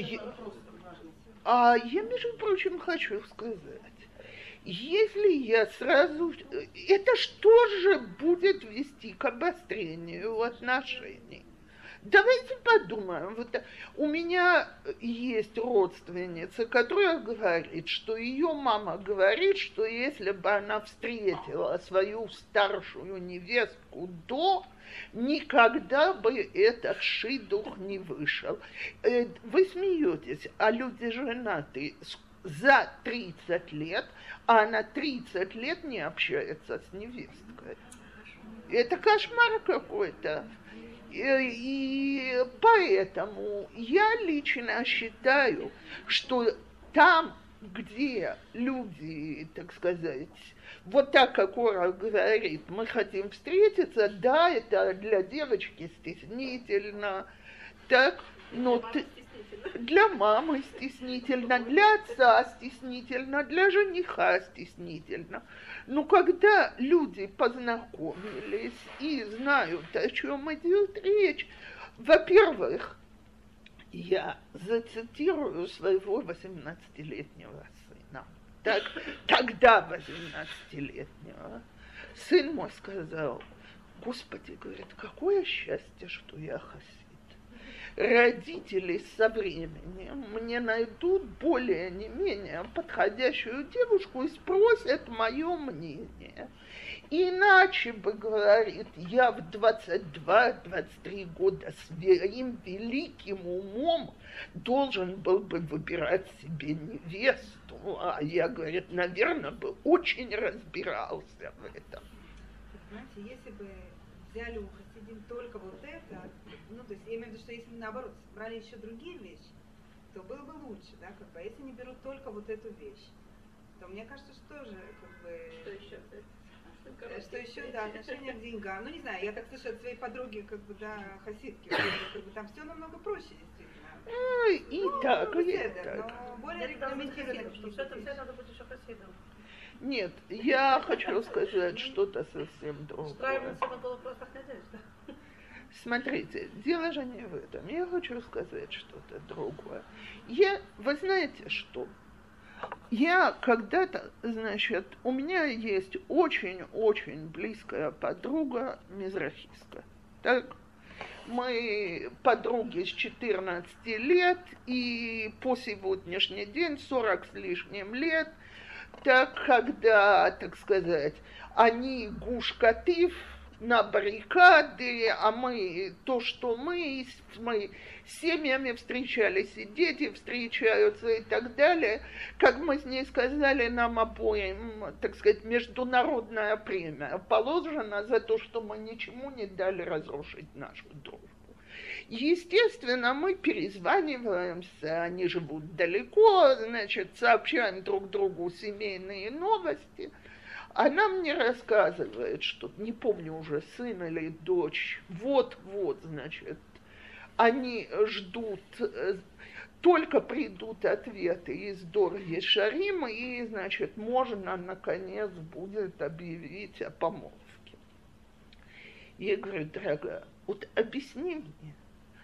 А я, между прочим, хочу сказать, если я сразу... Это что же будет вести к обострению отношений? Давайте подумаем. Вот у меня есть родственница, которая говорит, что ее мама говорит, что если бы она встретила свою старшую невестку до, никогда бы этот шидух не вышел. Вы смеетесь, а люди женаты за тридцать лет, а она тридцать лет не общается с невесткой. Это кошмар какой-то. И, и поэтому я лично считаю, что там, где люди, так сказать, вот так, как Ора говорит, мы хотим встретиться, да, это для девочки стеснительно, так, но ты... Для мамы стеснительно, для отца стеснительно, для жениха стеснительно. Но когда люди познакомились и знают, о чем идет речь, во-первых, я зацитирую своего восемнадцатилетнего сына. Так, тогда восемнадцатилетнего. Сын мой сказал, Господи, говорит, какое счастье, что я хасид. Родители со временем мне найдут более не менее подходящую девушку и спросят мое мнение. Иначе бы, говорит, я в двадцать два - двадцать три года своим великим умом должен был бы выбирать себе невесту. А я, говорит, наверное, бы очень разбирался в этом. Знаете, если бы взяли у хасидим только вот это, ну, то есть я имею в виду, что если наоборот брали еще другие вещи, то было бы лучше, да, как бы, а если не берут только вот эту вещь, то мне кажется, что тоже как бы... Что еще? Э, Что еще, да, отношение к деньгам. Ну, не знаю, я так слышу от своей подруги, как бы, да, хасидки, как бы там все намного проще, действительно. Ай, и Ну, так, и беседа, так. но более Это должно быть регламентированно. хасидом, что все это все надо быть еще хасидом. Нет, я хочу сказать что-то совсем другое. Устраиваться на вопросах надежда. Смотрите, дело же не в этом. Я хочу сказать что-то другое. Я, вы знаете что? Я когда-то, значит, у меня есть очень-очень близкая подруга мизрахистка. Так? Мы подруги с четырнадцати лет, и по сегодняшний день сорок с лишним лет, так когда, так сказать, они гуш катив на баррикады, а мы то, что мы, мы с семьями встречались, и дети встречаются и так далее. Как мы с ней сказали, нам обоим, так сказать, международная премия положена за то, что мы ничему не дали разрушить нашу дружбу. Естественно, мы перезваниваемся, они живут далеко, значит, сообщаем друг другу семейные новости. Она мне рассказывает, что, не помню уже, сын или дочь, вот-вот, значит, они ждут, только придут ответы из Дор Ешарим, и, значит, можно, наконец, будет объявить о помолвке. Я говорю, дорогая, вот объясни мне,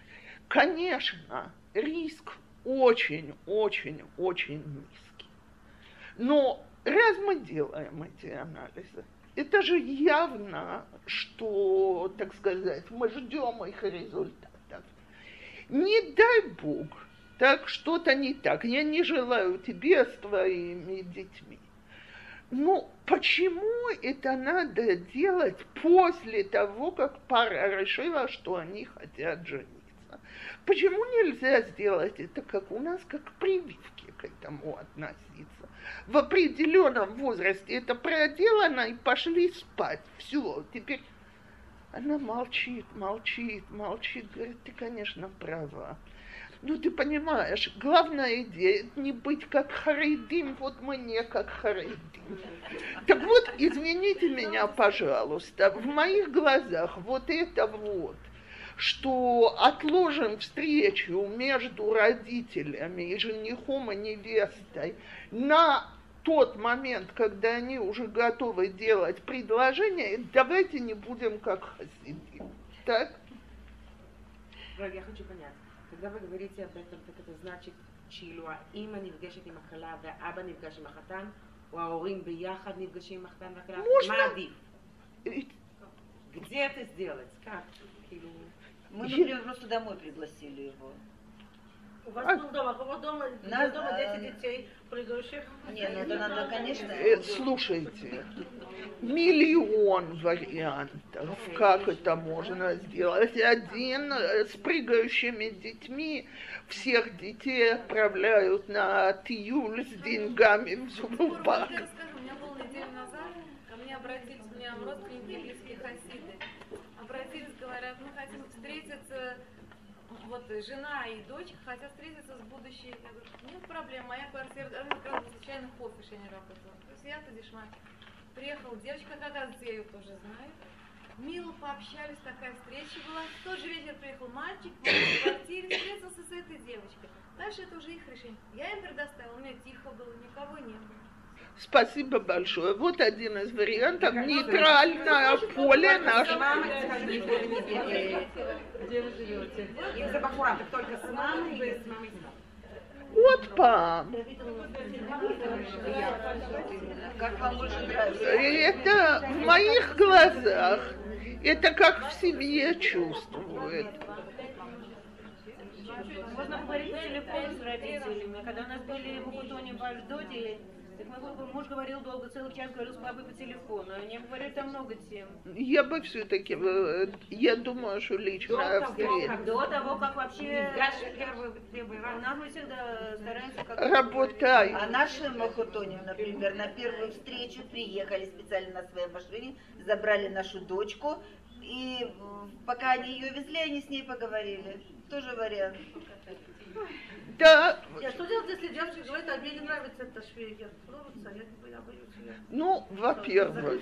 конечно, риск очень-очень-очень низкий, но раз мы делаем эти анализы, это же явно, что, так сказать, мы ждем их результатов. Не дай Бог, так что-то не так. Я не желаю тебе с твоими детьми. Но почему это надо делать после того, как пара решила, что они хотят жениться? Почему нельзя сделать это, как у нас, как прививки к этому относиться? В определенном возрасте это проделано, и пошли спать. Все, теперь она молчит, молчит, молчит, говорит, ты, конечно, права. Ну, ты понимаешь, главная идея – не быть как харидим, вот мы не как харидим. Так вот, извините меня, пожалуйста, в моих глазах вот это вот, что отложим встречу между родителями и женихом и невестой на тот момент, когда они уже готовы делать предложение, давайте не будем как хасидим. Так? רגע, я хочу понять. когда вы говорите об этом, так это значит, כאילו האמא נפגשת עם הכלה והאבא נפגש עם החתן, או ההורים ביחד נפגשים עם החתן והכלה, מה עדיף? Где это сделать? Как? Мы, например, просто домой пригласили его. У вас был дома, у вас дома, Нас, дома а... десять детей, прыгающих. Нет, ну это надо, конечно... Э, слушайте, миллион вариантов, как это можно сделать. Один с прыгающими детьми, всех детей отправляют на тиюль с деньгами в зоопарк. Я расскажу, у меня был неделю назад, ко мне обратились, у меня родственники близкие хасиды, обратились, говорят, мы хотим встретиться, вот жена и дочь хотят встретиться с будущей. Я говорю, нет проблем, моя квартира, она случайно кофе еще не работала. То есть я тадишма. Приехала девочка, как раз я ее тоже знаю. Мило пообщались, такая встреча была. В тот же вечер приехал мальчик, в моей квартире, встретился с этой девочкой. Дальше это уже их решение. Я им предоставила, у меня тихо было, никого не было. Спасибо большое. Вот один из вариантов. Нейтральное поле наше. Где вы живете? Или за Бахурам, так только с мамой или с мамой? Вот пам. Как вам больше нравится? Это в моих глазах. Это как в семье чувствует. Можно поговорить по телефону с родителями. Когда у нас были в Ухутоне в Аждоде, муж говорил долго, целый час говорил с папой по телефону. Они говорили там много тем. Я бы все-таки, я думаю, что личная встреча. До того, как вообще... У нас мы всегда стараемся как... Работай. А наши в Ухутоне, например, на первую встречу приехали специально на своей машине, забрали нашу дочку, и пока они ее везли, они с ней поговорили. Тоже вариант. Да. Я что делать, если девочка говорит, а мне не нравится эта швейгер? Я, я боюсь ее. Ну, во-первых,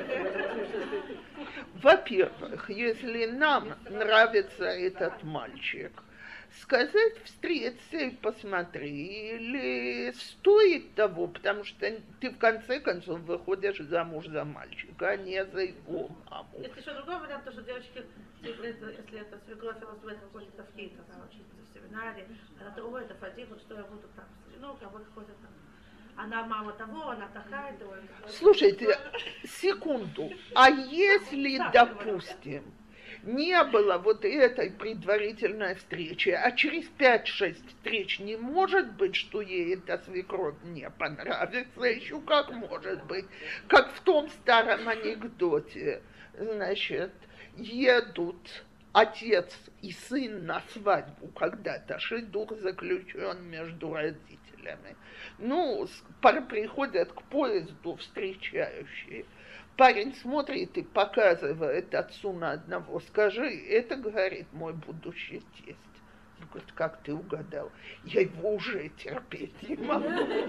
во-первых, если нам нравится этот мальчик, сказать, встреться и посмотри, или стоит того, потому что ты в конце концов выходишь замуж за мальчика, а не за его маму. Есть еще другой вариант, то, что девочки, если это свекровь, она ходит в Тафкейт, она учится в семинаре, она того, это Фадик, вот что я буду там, ну, кого ходит там. Она мама того, она такая, того. Слушайте, секунду, а если, допустим, не было вот этой предварительной встречи, а через пять-шесть встреч не может быть, что ей эта свекровь не понравится, еще как может быть, как в том старом анекдоте, значит, едут отец и сын на свадьбу когда-то, шидух заключен между родителями. Ну, приходят к поезду встречающие. Парень смотрит и показывает отцу на одного. Скажи, это, говорит, мой будущий тесть. Он говорит, как ты угадал? Я его уже терпеть не могу.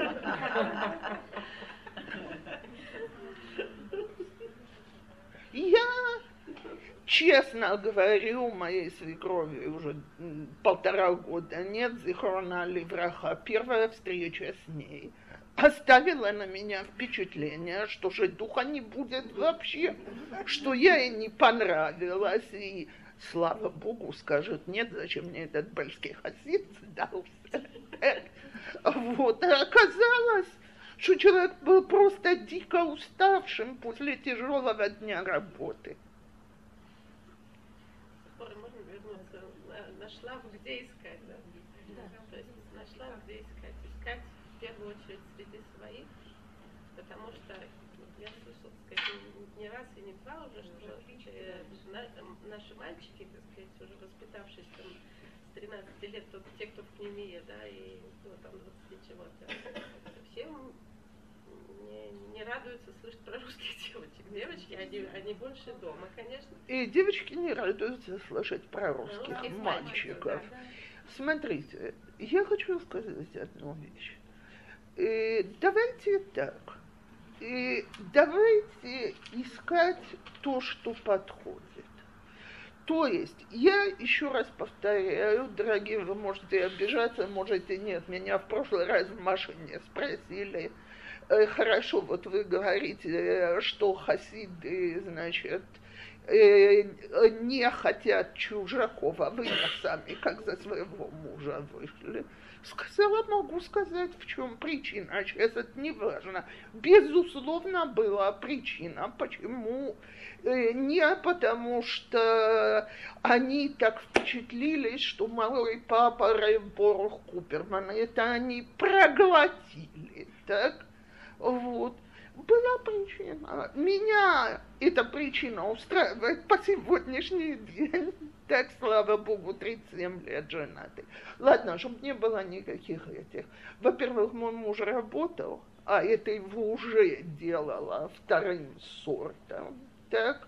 Я, честно говорю, моей свекрови уже полтора года нет, зихрона ливраха. Первая встреча с ней оставила на меня впечатление, что же духа не будет вообще, что я ей не понравилась, и, слава богу, скажет, нет, зачем мне этот бельский хасид сдался. Вот, а оказалось, что человек был просто дико уставшим после тяжелого дня работы. Можно вернуться, нашла, где искать, да? То есть нашла, где искать. Искать в первую очередь среди своих, потому что я слышала, так сказать, не раз и не два уже, что э, на, наши мальчики, так сказать, уже воспитавшись там с тринадцати лет, то, те, кто в пневмии, да, и ну, там двадцати чего-то, совсем не, не радуются слышать про русских девочек. Девочки, они, они больше дома, конечно. И девочки не радуются слышать про русских, русских мальчиков. мальчиков, да, да. Смотрите, я хочу сказать одну вещь. И давайте так. И давайте искать то, что подходит. То есть, я еще раз повторяю, дорогие, вы можете обижаться, можете нет. Меня в прошлый раз в машине спросили, э, хорошо, вот вы говорите, что хасиды, значит, э, не хотят чужаков, а вы сами как за своего мужа вышли. Сказала, могу сказать, в чем причина. Сейчас это не важно. Безусловно, была причина. Почему? Не потому, что они так впечатлились, что малый папа Рейборух Куперман. Это они проглотили. Так? Вот. Была причина. Меня эта причина устраивает по сегодняшний день. Так, слава богу, тридцать семь лет женаты. Ладно, чтобы не было никаких этих. Во-первых, мой муж работал, а это его уже делало вторым сортом. Так?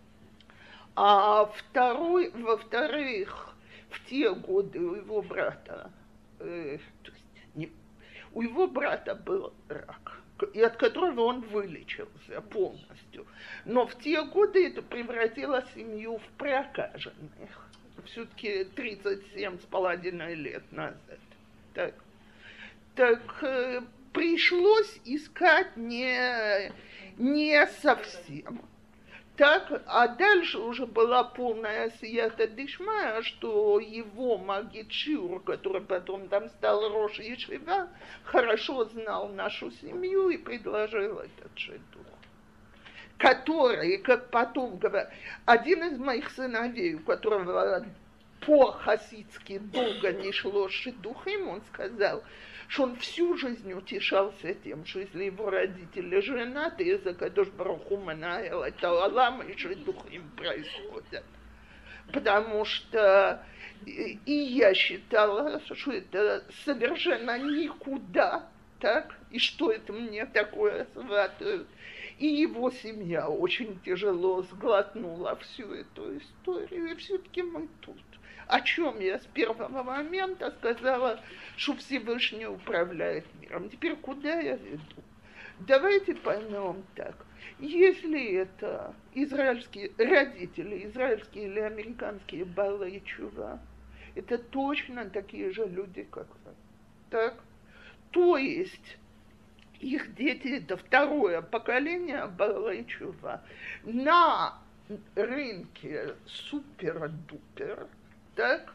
А второй, во-вторых, в те годы у его брата, э, то есть не, у его брата был рак, и от которого он вылечился полностью. Но в те годы это превратило семью в прокаженных. Все-таки тридцать семь с половиной лет назад. Так, так э, пришлось искать не, не совсем. Так, а дальше уже была полная сията дишмая, что его магичур, который потом там стал рош ешива, хорошо знал нашу семью и предложил этот шедух. Который, как потом говорят, один из моих сыновей, у которого по-хасидски долго не шло шедухим, он сказал, что он всю жизнь утешался тем, что если его родители женаты, из-за Кадош Барух Ху Манаэл, это Алам и шедухим происходят. Потому что и я считала, что это совершенно никуда, так, и что это мне такое сватают. И его семья очень тяжело сглотнула всю эту историю, и все-таки мы тут. О чем я с первого момента сказала, что Всевышний управляет миром. Теперь куда я веду? Давайте поймем так. Если это израильские родители, израильские или американские баалей тшува, это точно такие же люди, как вы. Так? То есть их дети – это второе поколение баалей тшува. На рынке супер-дупер, так,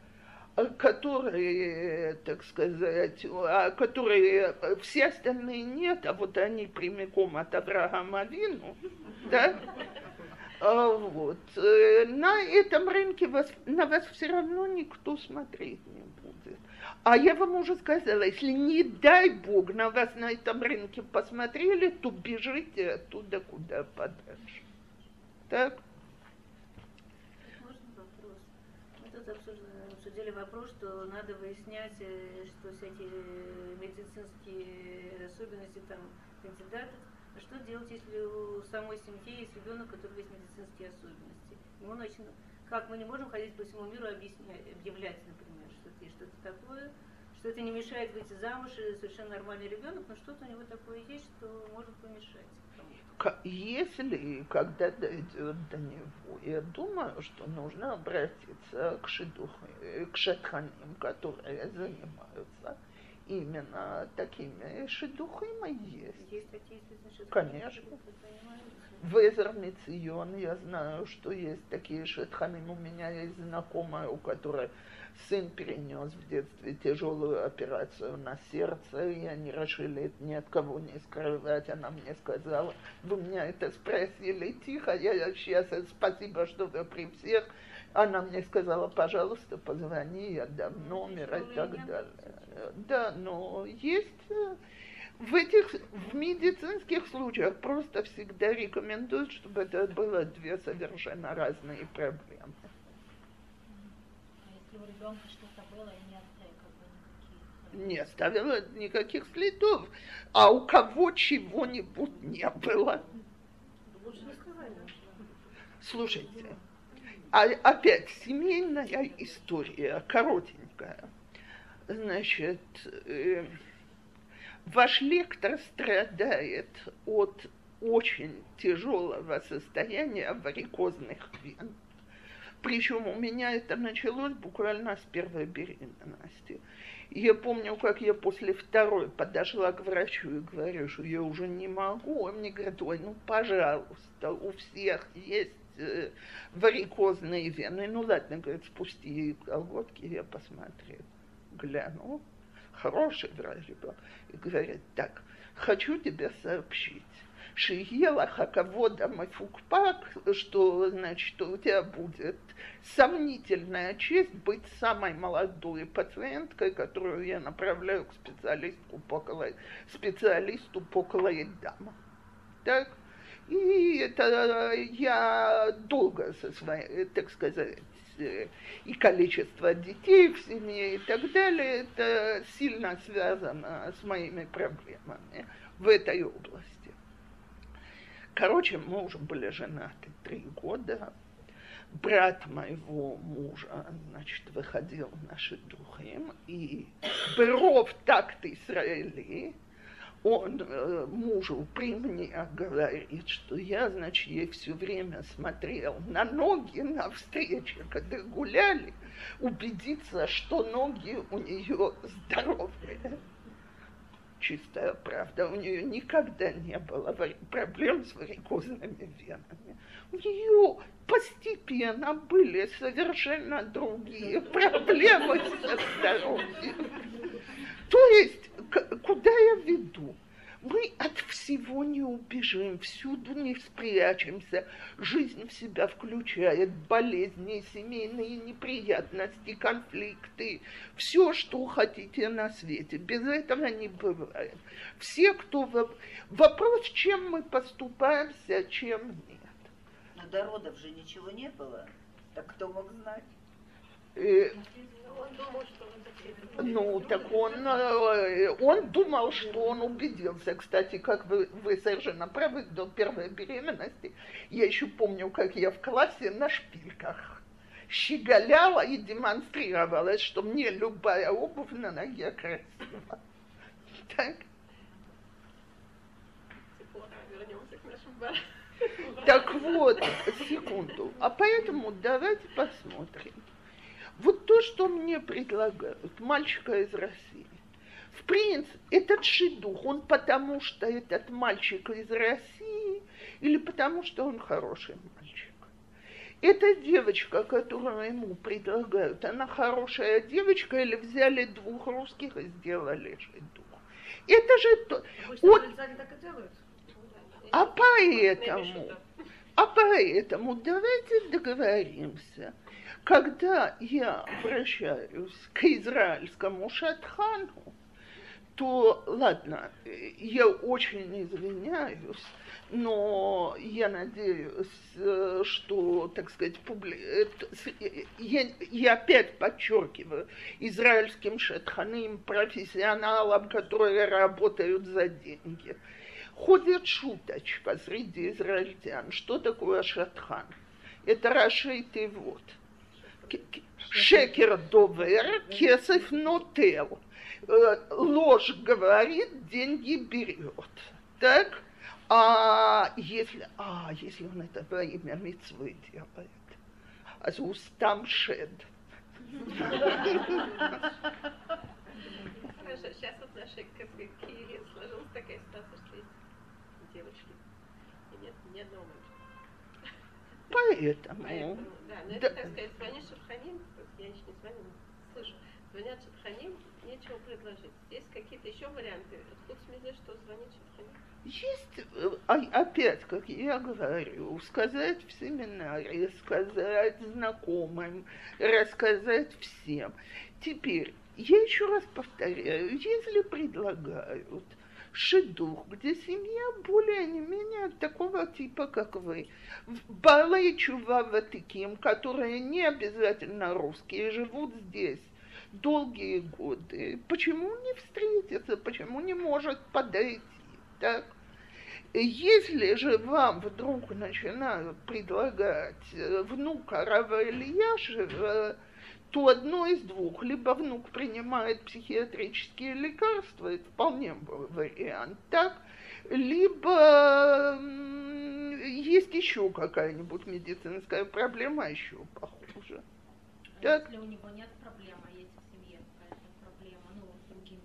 которые, так сказать, которые все остальные нет, а вот они прямиком от Авраама Авину, да, вот, на этом рынке вас, на вас все равно никто смотреть не будет. А я вам уже сказала, если не дай Бог на вас на этом рынке посмотрели, то бежите оттуда куда подальше. Так? Обсудили вопрос, что надо выяснять, что всякие медицинские особенности там кандидатов. А что делать, если у самой семьи есть ребенок, у которого есть медицинские особенности? Ему начну, как мы не можем ходить по всему миру объяснять, объявлять, например, что это что-то такое, что это не мешает выйти замуж, и совершенно нормальный ребенок, но что-то у него такое есть, что может помешать. Если, когда дойдет до него, я думаю, что нужно обратиться к шидухам, к шатханим, которые занимаются именно такими шидухами есть. Есть такие, значит, конечно. В Эзер Мицион я знаю, что есть такие шатханим. У меня есть знакомая, у которой сын перенес в детстве тяжелую операцию на сердце, и они решили это ни от кого не скрывать. Она мне сказала, вы меня это спросили тихо, я сейчас, спасибо, что вы при всех. Она мне сказала, пожалуйста, позвони, я дам номер и так далее. Да, но есть в этих, в медицинских случаях просто всегда рекомендуют, чтобы это было две совершенно разные проблемы. У ребенка что-то было и не оставило никаких. Не оставило никаких следов. А у кого чего-нибудь не было? Лучше не сказать. Слушайте, а опять семейная история, коротенькая. Значит, э, ваш лектор страдает от очень тяжелого состояния варикозных вен. Причем у меня это началось буквально с первой беременности. Я помню, как я после второй подошла к врачу и говорю, что я уже не могу. Он мне говорит, ой, ну, пожалуйста, у всех есть э, варикозные вены. Ну, ладно, говорит, спусти колготки, я посмотрю. Гляну, хороший врач был. И говорит, так, хочу тебе сообщить. Шиела хаковода мафукпак, что, значит, у тебя будет сомнительная честь быть самой молодой пациенткой, которую я направляю к специалисту по, специалисту по колоидам. Так? И это я долго со своей, так сказать, и количество детей в семье и так далее, это сильно связано с моими проблемами в этой области. Короче, мы уже были женаты три года. Брат моего мужа, значит, выходил на шидухим, и Беров такт Исраэли, он э, мужу при мне говорит, что я, значит, ей все время смотрел на ноги на встрече, когда гуляли, убедиться, что ноги у нее здоровые. Чистая правда, у нее никогда не было проблем с варикозными венами. У нее постепенно были совершенно другие проблемы со здоровьем. То есть, куда я веду? Мы от всего не убежим, всюду не спрячемся. Жизнь в себя включает болезни, семейные неприятности, конфликты. Все, что хотите на свете. Без этого не бывает. Все, кто... Вопрос, чем мы поступаемся, чем нет. Но до родов же ничего не было. Так кто мог знать? Э, ну, так он, он думал, что он убедился. Кстати, как вы, вы совершенно правы, до первой беременности я еще помню, как я в классе на шпильках щеголяла и демонстрировала, что мне любая обувь на ноге красива. Так. Вернемся к нашим барам. Так вот, секунду. А поэтому давайте посмотрим. Вот то, что мне предлагают, мальчика из России. В принципе, этот шидух, он потому что этот мальчик из России или потому что он хороший мальчик? Эта девочка, которую ему предлагают, она хорошая девочка или взяли двух русских и сделали шидух? Это же то... Вот... так и делают. А поэтому, а поэтому давайте договоримся. Когда я обращаюсь к израильскому шатхану, то, ладно, я очень извиняюсь, но я надеюсь, что, так сказать, публи... я, я опять подчеркиваю, израильским шатханым, профессионалам, которые работают за деньги. Ходит шуточка среди израильтян. Что такое шатхан? Это рашей тевот. Шекер довер, кесов нотел. Ложь говорит, деньги берет. Так? А если, а если он это во имя мицвы делает? А устам шед. Хорошо, сейчас вот нашей Киеве сложилась такая ситуация, что есть девочки, и нет ни одного мальчика. Поэтому. Поэтому, да, но да. это, так сказать, звонишь Шабханим, я еще не звоню, слышу, звонят Шабханим, нечего предложить. Есть какие-то еще варианты? Худ смезе, что звонить Шабханим? Есть, опять, как я говорю, сказать в семинаре, сказать знакомым, рассказать всем. Теперь, я еще раз повторяю, если предлагают шидух, где семья более не менее такого типа, как вы, балей чува ватыким, которые не обязательно русские, живут здесь долгие годы, почему не встретиться, почему не может подойти, так? Если же вам вдруг начинают предлагать внука Рава Ильяшева, то одно из двух. Либо внук принимает психиатрические лекарства, это вполне был вариант, так? Либо есть еще какая-нибудь медицинская проблема, еще похуже. А так? Если у него нет проблем, а есть в семье какая-то проблема, ну, с другими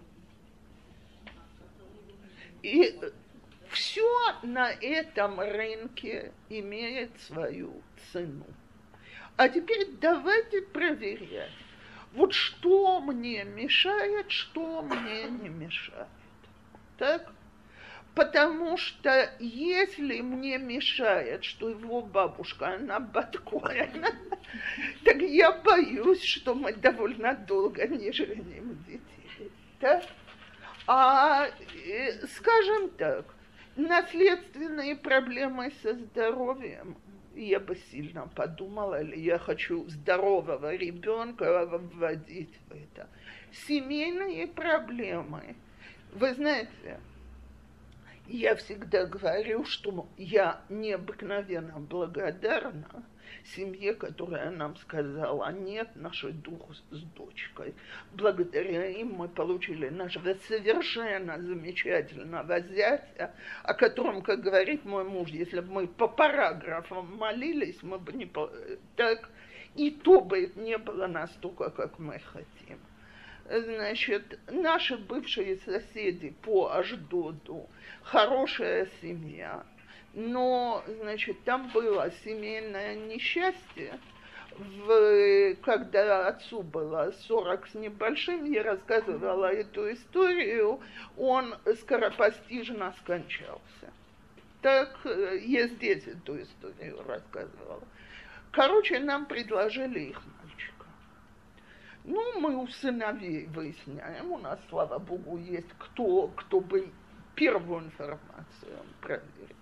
детьми. И все на этом рынке имеет свою цену. А теперь давайте проверять, вот что мне мешает, что мне не мешает. Так? Потому что если мне мешает, что его бабушка, она Баткоина, так я боюсь, что мы довольно долго не женим детей. Так? А, скажем так, наследственные проблемы со здоровьем, я бы сильно подумала, или я хочу здорового ребенка вводить в это. Семейные проблемы. Вы знаете, я всегда говорю, что я необыкновенно благодарна семье, которая нам сказала нет, наш дух с дочкой. Благодаря им мы получили нашего совершенно замечательного зятя, о котором, как говорит мой муж, если бы мы по параграфам молились, мы бы не... Так, и то бы это не было настолько, как мы хотим. Значит, наши бывшие соседи по Ашдоду, хорошая семья, но, значит, там было семейное несчастье, в, когда отцу было сорок с небольшим, я рассказывала эту историю, он скоропостижно скончался. Так, я здесь эту историю рассказывала. Короче, нам предложили их мальчика. Ну, мы у сыновей выясняем, у нас, слава богу, есть кто, кто бы первую информацию проверил.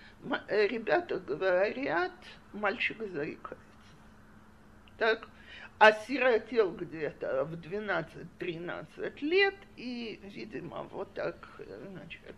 Ребята говорят, мальчик заикается. Так? осиротел где-то в двенадцать-тринадцать лет, и, видимо, вот так, значит,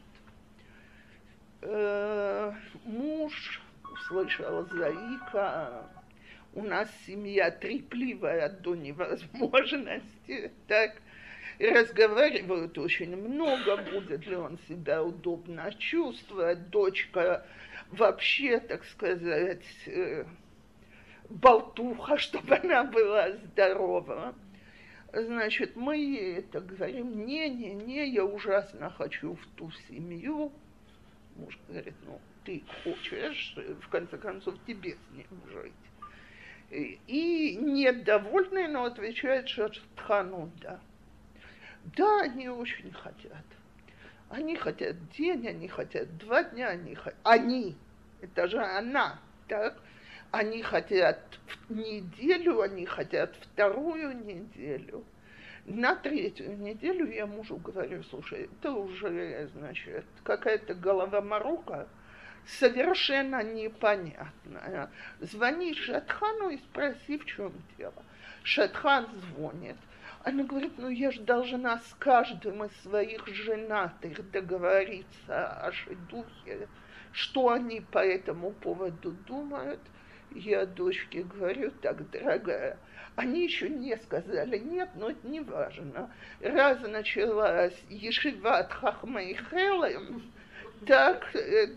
э, муж услышал заика, у нас семья трепливая до невозможности, так, разговаривают очень много, будет ли он себя удобно чувствовать, дочка вообще, так сказать, э, болтуха, чтобы она была здорова. Значит, мы ей это говорим, не-не-не, я ужасно хочу в ту семью. Муж говорит, ну, ты хочешь, в конце концов, тебе с ним жить. И, и недовольный, но отвечает Шатхану, да. Да, они очень хотят. Они хотят день, они хотят два дня, они хотят... Они, это же она, так? Они хотят неделю, они хотят вторую неделю. На третью неделю я мужу говорю, слушай, это уже, значит, какая-то головоморока, совершенно непонятная. Звони Шатхану и спроси, в чем дело. Шатхан звонит. Она говорит, ну я же должна с каждым из своих женатых договориться о шидухе, что они по этому поводу думают. Я дочке говорю, так, дорогая, они еще не сказали нет, но это не важно. Раз началась ешиват хахмей хелем, так,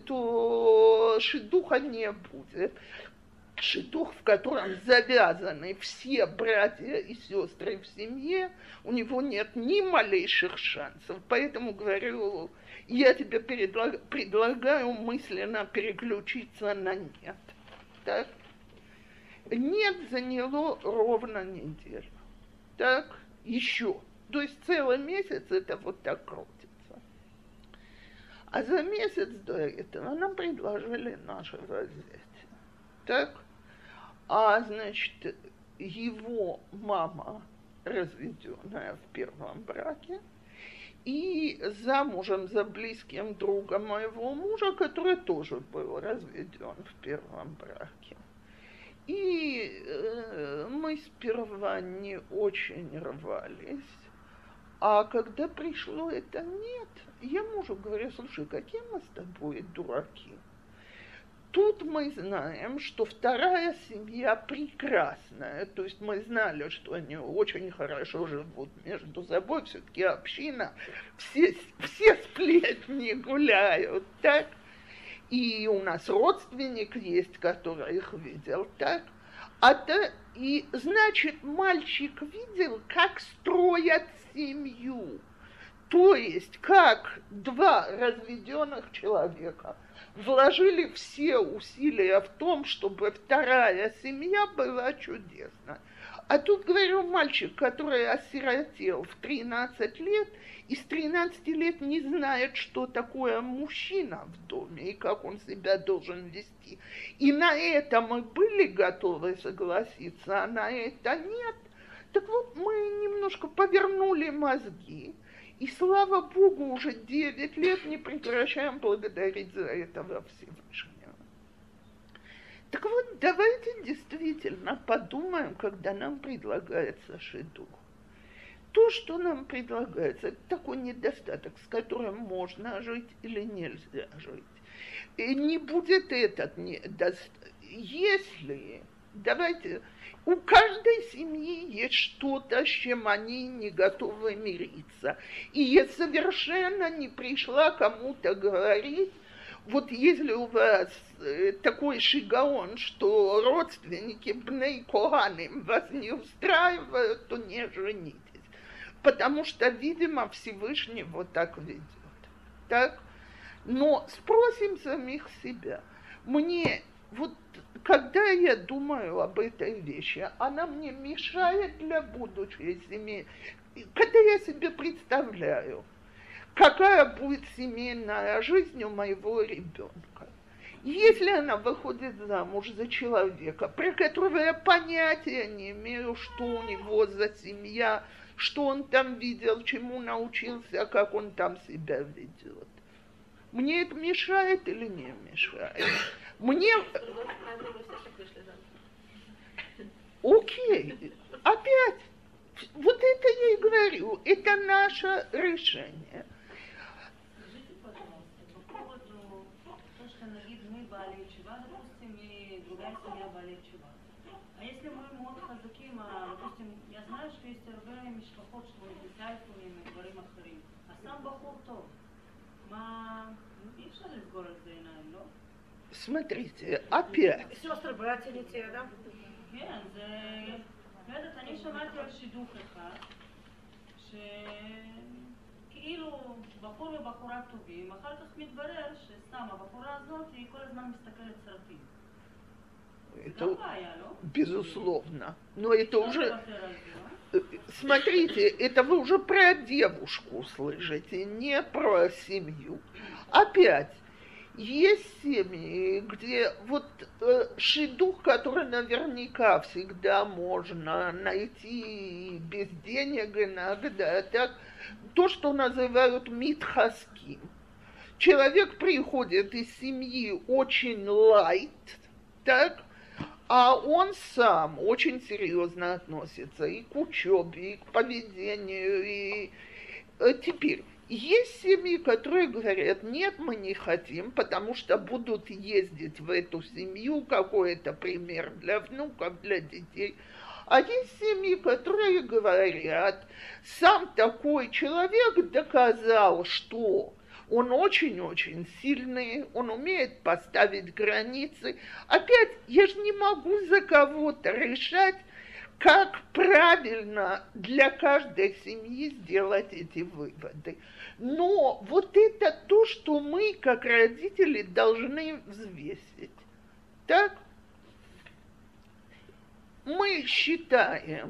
то шидуха не будет. Шидух, в котором завязаны все братья и сестры в семье, у него нет ни малейших шансов. Поэтому говорю, я тебе предлаг, предлагаю мысленно переключиться на нет. Так? Нет заняло ровно неделю. Так? Еще. То есть целый месяц это вот так крутится. А за месяц до этого нам предложили нашего зятя. Так? А, значит, его мама разведенная в первом браке и замужем за близким другом моего мужа, который тоже был разведен в первом браке. И э, мы сперва не очень рвались, а когда пришло это нет, я мужу говорю, слушай, какие мы с тобой дураки. Тут мы знаем, что вторая семья прекрасная, то есть мы знали, что они очень хорошо живут между собой, все-таки община, все, все сплетни гуляют, так? И у нас родственник есть, который их видел, так? А то, и значит, мальчик видел, как строят семью, то есть как два разведенных человека вложили все усилия в том, чтобы вторая семья была чудесна. А тут, говорю, мальчик, который осиротел в тринадцать лет, и с тринадцати лет не знает, что такое мужчина в доме и как он себя должен вести. И на это мы были готовы согласиться, а на это нет. Так вот, мы немножко повернули мозги. И, слава Богу, уже девять лет не прекращаем благодарить за этого Всевышнего. Так вот, давайте действительно подумаем, когда нам предлагается шидух. То, что нам предлагается, это такой недостаток, с которым можно жить или нельзя жить. И не будет этот недостаток. Если, давайте... У каждой семьи есть что-то, с чем они не готовы мириться. И я совершенно не пришла кому-то говорить, вот если у вас такой шигаон, что родственники бней коганым вас не устраивают, то не женитесь. Потому что, видимо, Всевышний вот так ведет. Так? Но спросим самих себя. Мне... Вот когда я думаю об этой вещи, она мне мешает для будущей семьи. Когда я себе представляю, какая будет семейная жизнь у моего ребенка. Если она выходит замуж за человека, про которого я понятия не имею, что у него за семья, что он там видел, чему научился, как он там себя ведет. Мне это мешает или не мешает? Мне... Окей, от это наше решение. Скажите, пожалуйста, по поводу того, что мы бали чува, допустим, и другая семья бали чува. А если мы מאוד חזקים, допустим, я знаю, что есть הרבה משפחות שמתבססים מדברים אחרים. הסם בחור טוב. מה, אי אפשר לסגור על זה עיניים, לא? Смотрите, опять. Сестры, братья, не те, да? כן, זה... לא יודעת, אני שמעתי על שידוך אחד, שכאילו בחור ובחורה טובים, אחר כך מתברר שסתם הבחורה הזאת היא כל הזמן מסתכלת סרטים. Это, безусловно. Но это уже... Смотрите, это вы уже про девушку слышите, не про семью. Опять, есть семьи, где вот э, шидух, который наверняка всегда можно найти без денег иногда, так, то, что называют митхаским. Человек приходит из семьи очень лайт, так, а он сам очень серьезно относится и к учебе, и к поведению. И... Теперь, есть семьи, которые говорят, нет, мы не хотим, потому что будут ездить в эту семью, какой-то пример для внуков, для детей. А есть семьи, которые говорят, сам такой человек доказал, что он очень-очень сильный, он умеет поставить границы. Опять, я же не могу за кого-то решать, как правильно для каждой семьи сделать эти выводы. Но вот это то, что мы, как родители, должны взвесить. Так? Мы считаем,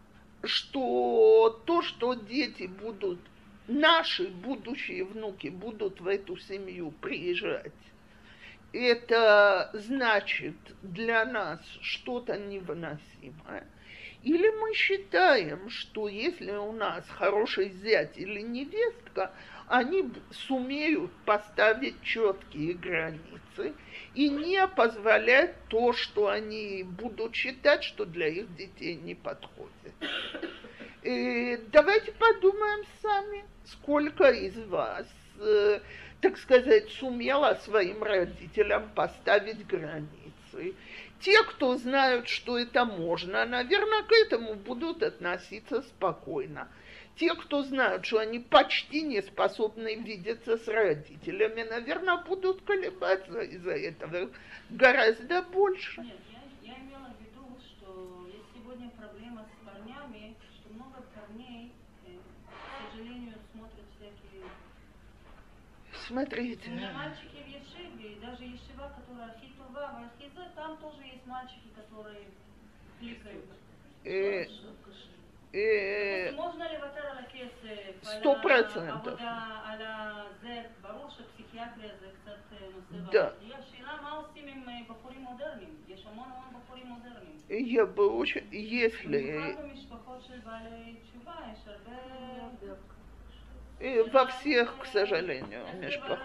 что то, что дети будут, наши будущие внуки будут в эту семью приезжать, это значит для нас что-то невыносимое. Или мы считаем, что если у нас хороший зять или невестка, они сумеют поставить четкие границы и не позволять то, что они будут считать, что для их детей не подходит. И давайте подумаем сами, сколько из вас, так сказать, сумело своим родителям поставить границы. Те, кто знают, что это можно, наверное, к этому будут относиться спокойно. Те, кто знают, что они почти не способны видеться с родителями, наверное, будут колебаться из-за этого гораздо больше. Нет, я, я имела в виду, что есть сегодня проблема с парнями, что много парней, э, к сожалению, смотрят всякие... Смотрите. У меня мальчики в Ешиве, и даже Ешива, которая Ахитова, в Ахизе, там тоже есть мальчики, которые кликают. Э, э, можно ли ватер על הכסף? Сто процентов. על זה, ברור שפסיכיאטריה זה קצת נושא Да. בעיה. השאלה מה עושים עם בחורים מודרניים? יש המון המון בחורים מודרניים. Я бы очень, если... במיוחד במשפחות של בעלי תשובה, יש הרבה... И во всех, к сожалению, межпах.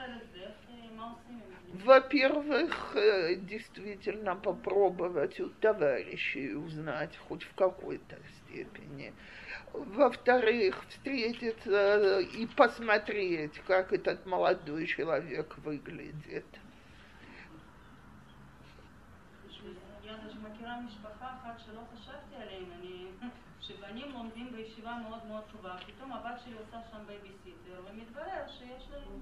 Во-первых, действительно попробовать у товарищей узнать хоть в какой-то степени. Во-вторых, встретиться и посмотреть, как этот молодой человек выглядит. Я даже מכירה משפחה אחת שלא חשבתי עליהם, אני... שבנים לומדים בישיבה מאוד מאוד טובה, פתאום הבת שלי עושה שם בייביסיטר, ומתברר שיש להם...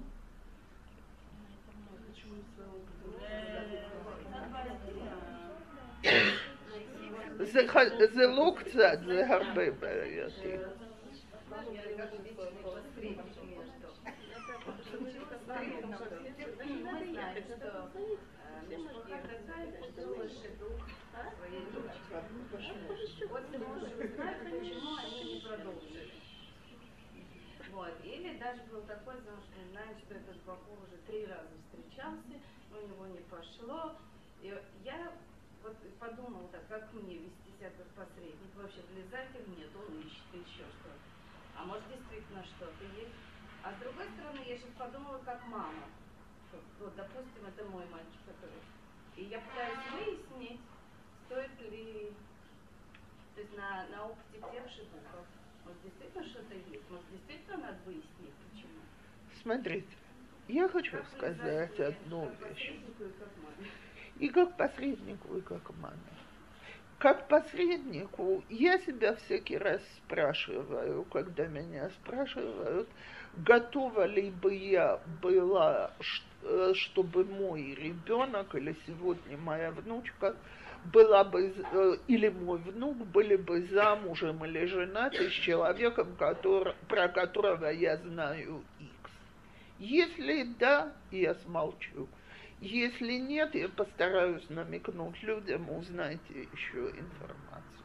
זה לא קצת, זה הרבה בעייתי. Вот. Или даже был такой, потому что мы знаем, что этот бахур уже три раза встречался, у него не пошло. И я вот подумала, так, как мне вести себя как посредник, вообще влезать или нет, он ищет еще что-то. А может действительно что-то есть. А с другой стороны, я сейчас подумала, как мама. Вот, допустим, это мой мальчик, который... И я пытаюсь выяснить, стоит ли, то есть на, на опыте тех шедухов, Может, действительно что-то есть? Может, действительно надо выяснить, почему? Смотрите, я хочу как сказать одну вещь. И как посреднику, и как маме. Как посреднику я себя всякий раз спрашиваю, когда меня спрашивают, готова ли бы я была, чтобы мой ребенок или сегодня моя внучка была бы, или мой внук были бы замужем или женаты с человеком, который, про которого я знаю X. Если да, я смолчу. Если нет, я постараюсь намекнуть людям, узнайте еще информацию.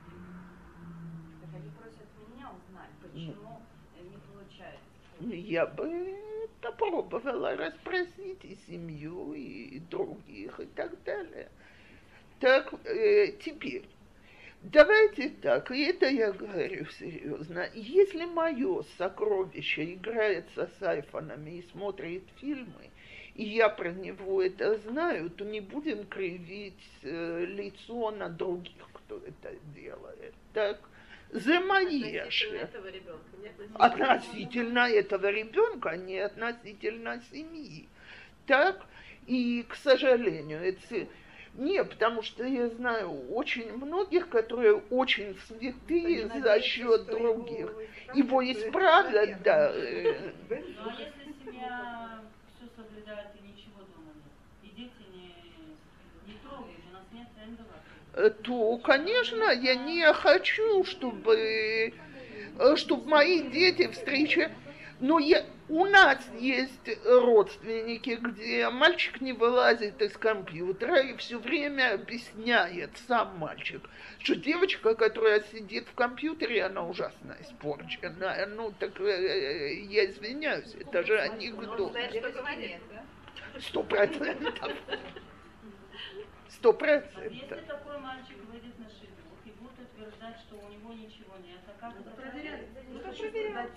Так они просят меня узнать, почему не получается. Я бы попробовала расспросить и семью, и других, и так далее. Так, э, теперь, давайте так, и это я говорю серьезно. Если мое сокровище играется с айфонами и смотрит фильмы, и я про него это знаю, то не будем кривить э, лицо на других, кто это делает. Так, за мои Относительно этого ребенка, не относительно, относительно этого ребенка, не относительно семьи. Так, и, к сожалению, это... Не, потому что я знаю очень многих, которые очень святые за счет других. Его исправят, да. Ну, а если семья все соблюдает и ничего дома нет, и дети не, не трогают, у нас нет эндова, то, конечно, я не хочу, чтобы, чтобы мои дети встречали. Но я, у нас есть родственники, где мальчик не вылазит из компьютера и все время объясняет сам мальчик, что девочка, которая сидит в компьютере, она ужасно испорчена. Ну, так я извиняюсь, это же анекдот. Сто процентов. Сто процентов. если такой мальчик выйдет на шивот и будет утверждать, что у него ничего нет, а как это проверять? Ну, как проверять?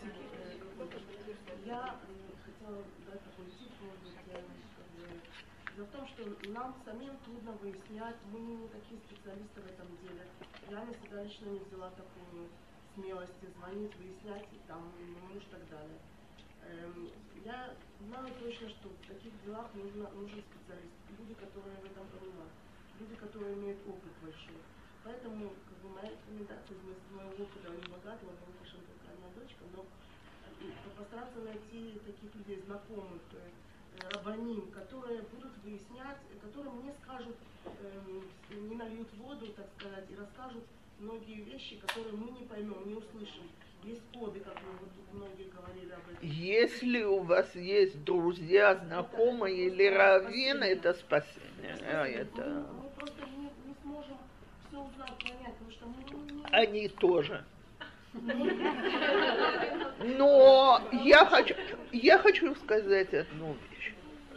Я хотела дать такой тип, может быть, я, дело в том, что нам самим трудно выяснять, мы не такие специалисты в этом деле. Я никогда лично не взяла такую смелость звонить, выяснять, там, муж и так далее. Эм, я знаю точно, что в таких делах нужно, нужен специалист, люди, которые в этом понимают, люди, которые имеют опыт большой. Поэтому, как бы, моя рекомендация из моего опыта не богатого, потому что только одна дочка, но постараться найти таких людей, знакомых, э, рабаним, которые будут выяснять, которые мне скажут, э, не нальют воду, так сказать, и расскажут многие вещи, которые мы не поймем, не услышим. Есть коды, как мы вот тут многие говорили об этом. Если у вас есть друзья, знакомые или раввин, это спасение. А это... Мы просто не, не сможем все узнать, понять, потому что мы не... Они тоже. Но я хочу, я хочу сказать одну вещь.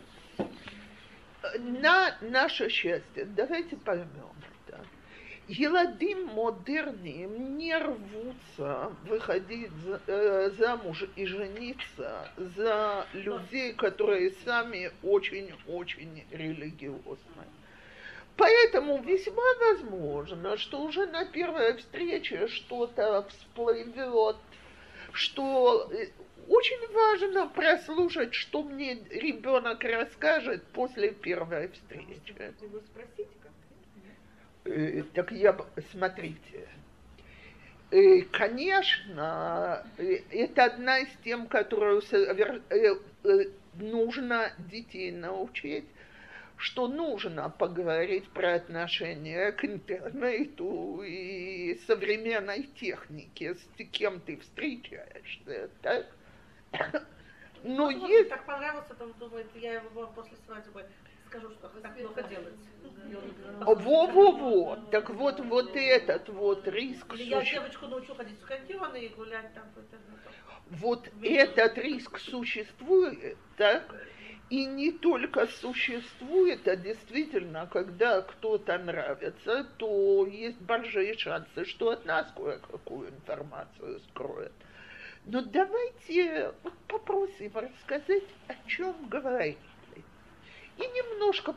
На наше счастье, давайте поймем, да, еладим модерним не рвутся выходить замуж и жениться за людей, которые сами очень-очень религиозны. Поэтому весьма возможно, что уже на первой встрече что-то всплывет, что очень важно прослушать, что мне ребенок расскажет после первой встречи. Его спросить как? Э, так я, смотрите, э, конечно, э, это одна из тем, которую совер... э, э, нужно детей научить, что нужно поговорить про отношения к интернету и современной технике, с кем ты встречаешься, так? Но ну, есть... так понравился, там думает, я его после свадьбы скажу, что так плохо делается. Во-во-во, так вот, вот этот вот риск... Или я девочку научу ходить в каньоны и гулять там по интернету. Вот этот риск существует, так? И не только существует, а действительно, когда кто-то нравится, то есть большие шансы, что от нас кое-какую информацию скроет. Но давайте попросим рассказать, о чем говорили. И немножко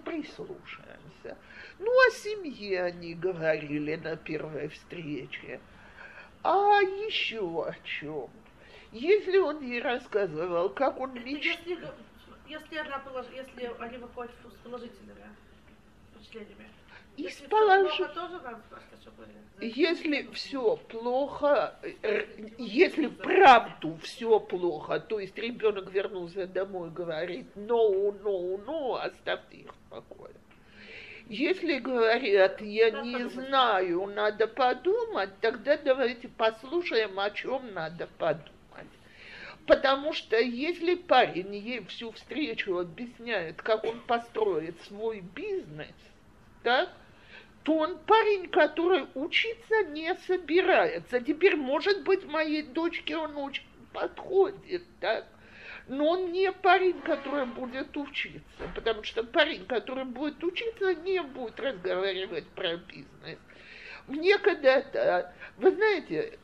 прислушаемся. Ну, о семье они говорили на первой встрече. А еще о чем? Если он ей рассказывал, как он мечтал... Если, если, она полож... если они выходят с положительными впечатлениями, И если с полож... все плохо, тоже надо спрашивать, что были. Если все плохо, если правду все плохо, то есть ребенок вернулся домой и говорит, no, no, no, оставьте их в покое. Если говорят, я не знаю, надо подумать, тогда давайте послушаем, о чем надо подумать. Потому что если парень ей всю встречу объясняет, как он построит свой бизнес, так, то он парень, который учиться не собирается. Теперь, может быть, моей дочке он очень подходит, так? Но он не парень, который будет учиться, потому что парень, который будет учиться, не будет разговаривать про бизнес. Мне когда-то, вы знаете,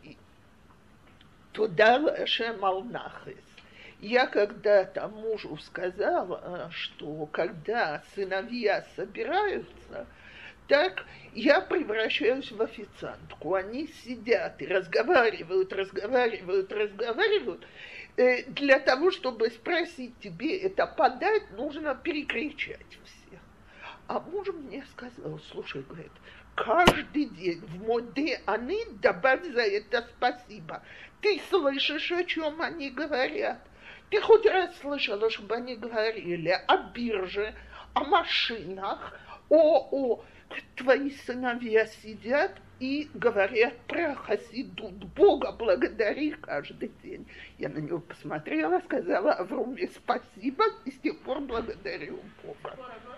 туда Лашем Алнахес, я когда-то мужу сказала, что когда сыновья собираются, так я превращаюсь в официантку. Они сидят и разговаривают, разговаривают, разговаривают. Для того, чтобы спросить, тебе это подать, нужно перекричать всех. А муж мне сказал, слушай, говорит, каждый день в моде они добавь за это спасибо. Ты слышишь, о чем они говорят? Ты хоть раз слышала, чтобы они говорили о бирже, о машинах, о... о... Твои сыновья сидят и говорят про хасидут. Бога благодари каждый день. Я на него посмотрела, сказала Авруме спасибо, и с тех пор благодарю Бога.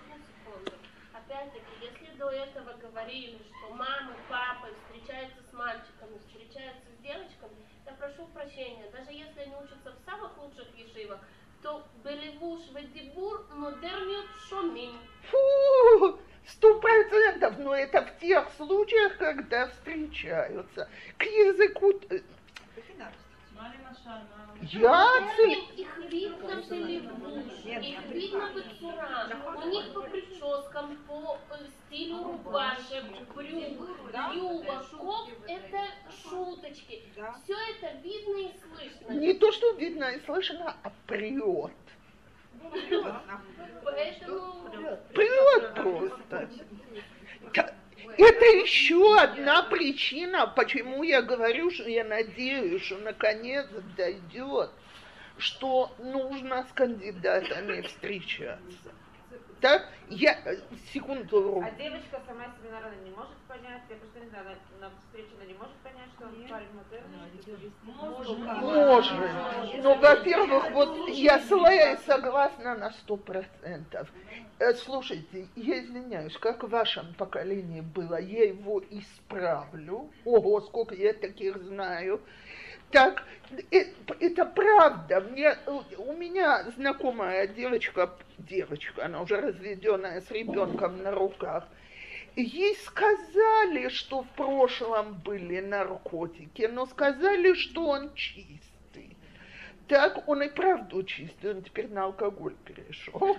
Опять-таки, если до этого говорили, что мама, папа встречаются с мальчиками, встречаются с девочками, я прошу прощения, даже если они учатся в самых лучших ешивах, то беливуш ведибур модерниот шомим. Фу! Сто процентов, но это в тех случаях, когда встречаются. К языку... Я... Их видно в левуш, их видно в цура, у них по прическам, по стилю рубашек, брюк, юбок, это шуточки. Все это видно и слышно. Не то, что видно и слышно, а прет. Поэтому... Прет просто. Это еще одна причина, почему я говорю, что я надеюсь, что наконец дойдет, что нужно с кандидатами встречаться. Так, я, секунду. А девочка сама себе, наверное, не может понять, я просто не знаю, на встрече она не может понять, что он парень модерный? Может. Но, во-первых, вот я с Леей согласна на сто процентов. Слушайте, я извиняюсь, как в вашем поколении было, я его исправлю. Ого, сколько я таких знаю. Так, это, это правда. Мне, у меня знакомая девочка, девочка, она уже разведенная с ребенком на руках, ей сказали, что в прошлом были наркотики, но сказали, что он чистый. Так, он и правда чистый, он теперь на алкоголь перешел. Вы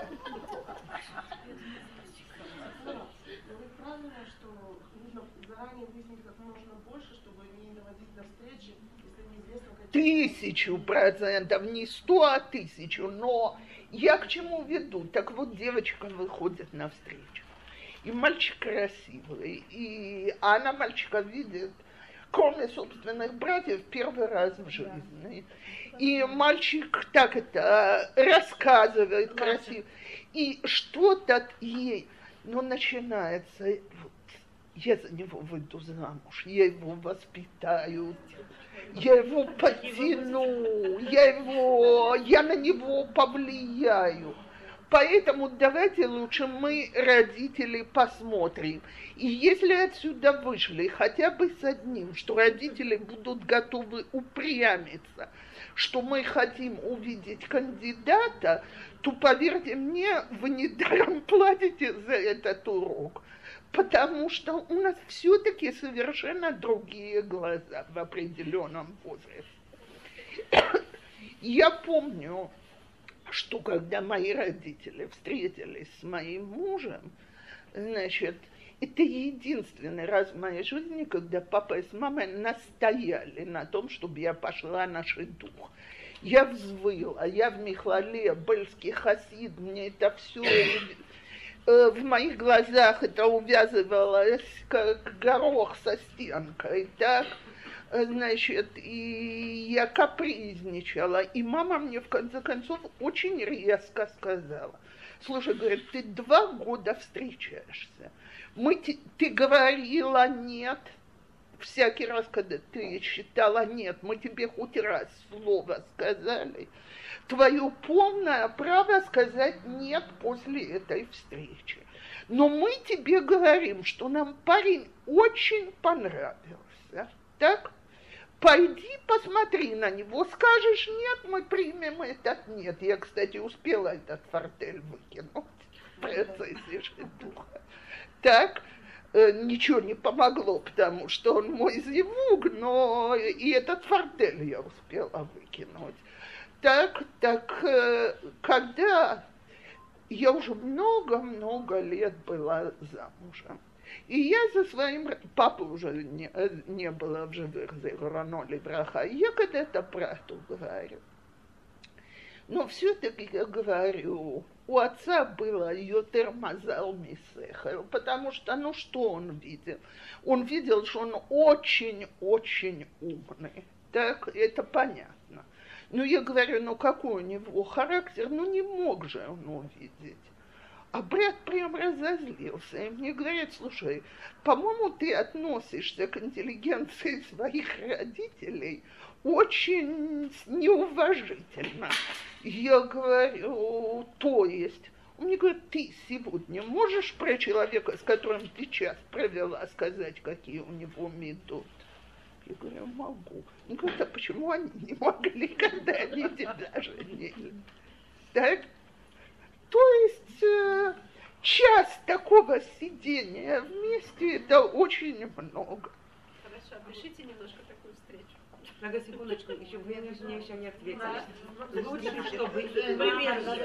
правильно, что нужно заранее выяснить как можно больше, чтобы не доводить до встречи, если неизвестно, какие... Тысячу процентов, не сто, а тысячу, но я к чему веду? Так вот, девочка выходит навстречу, и мальчик красивый, и она мальчика видит, кроме собственных братьев, первый раз в жизни. И мальчик так это рассказывает красиво, и что-то ей... Но начинается, вот, я за него выйду замуж, я его воспитаю, я его подтяну, я его, я на него повлияю. Поэтому давайте лучше мы, родители, посмотрим. И если отсюда вышли хотя бы с одним, что родители будут готовы упрямиться, что мы хотим увидеть кандидата, то, поверьте мне, вы недаром платите за этот урок. Потому что у нас все-таки совершенно другие глаза в определенном возрасте. Я помню, что когда мои родители встретились с моим мужем, значит, Это единственный раз в моей жизни, когда папа и с мамой настояли на том, чтобы я пошла на шидух. Я взвыла, я в Михлале, бельский хасид, мне это все в моих глазах это увязывалось как горох со стенкой, так, значит, и я капризничала, и мама мне в конце концов очень резко сказала: слушай, говорит, ты два года встречаешься, мы, ты говорила нет, всякий раз, когда ты считала нет, мы тебе хоть раз слово сказали, твое полное право сказать нет после этой встречи. Но мы тебе говорим, что нам парень очень понравился, так? Пойди посмотри на него, скажешь нет, мы примем этот нет. Я, кстати, успела этот фортель выкинуть в процессе шидуха. Так, э, ничего не помогло, потому что он мой зевук, но и этот фортель я успела выкинуть. Так, так, э, когда я уже много-много лет была замужем, и я за своим... Папы уже не, не было в живых, зехроно левраха. Я когда-то брату говорю. Но все-таки я говорю, у отца было йотер мазал мисехер, потому что, ну что он видел? Он видел, что он очень-очень умный. Так, это понятно. Ну, я говорю, ну какой у него характер? Ну, не мог же он увидеть. А брат прям разозлился, и мне говорят: слушай, по-моему, ты относишься к интеллигенции своих родителей очень неуважительно. Я говорю, то есть, он мне говорит: ты сегодня можешь про человека, с которым ты час провела, сказать, какие у него медот? Я говорю, могу. Он говорит: а почему они не могли, когда они тебя женили? Так? То есть э, час такого сидения вместе, это очень много. Хорошо, опишите немножко такую встречу. Ага, секундочку, еще вы мне еще не ответили. Лучше, чтобы примерно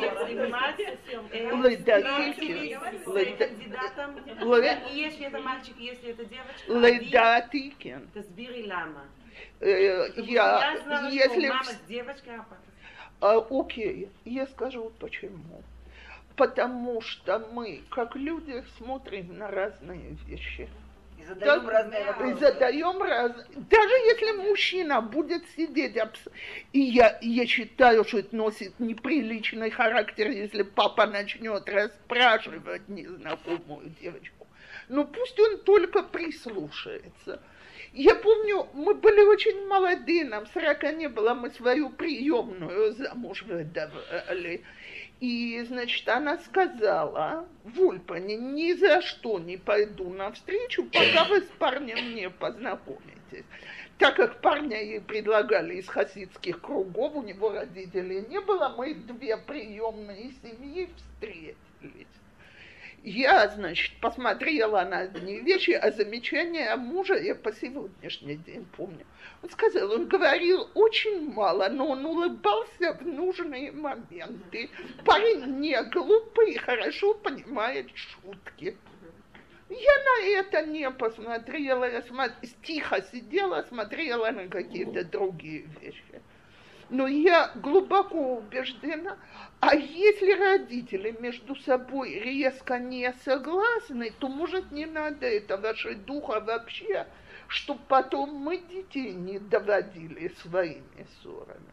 заниматься кандидатом, если это мальчик, если это девочка. Ледатикен. Тазбири лама. Я знала, если что мама с девочкой, а папа. А, окей, я скажу почему. Потому что мы, как люди, смотрим на разные вещи. И задаем так, разные вопросы. И задаем раз... Даже если мужчина будет сидеть, и я, я считаю, что это носит неприличный характер, если папа начнет расспрашивать незнакомую девочку. Но пусть он только прислушается. Я помню, мы были очень молодые, нам сорока не было, мы свою приемную замуж выдавали. И, значит, она сказала в Ульпане: ни за что не пойду навстречу, пока вы с парнем не познакомитесь. Так как парня ей предлагали из хасидских кругов, у него родителей не было, мы две приемные семьи встретились. Я, значит, посмотрела на одни вещи, а замечания мужа я по сегодняшний день помню. Он сказал, он говорил очень мало, но он улыбался в нужные моменты. Парень не глупый, хорошо понимает шутки. Я на это не посмотрела, я смотр... тихо сидела, смотрела на какие-то другие вещи. Но я глубоко убеждена, а если родители между собой резко не согласны, то, может, не надо этого шидуха вообще, чтобы потом мы детей не доводили своими ссорами.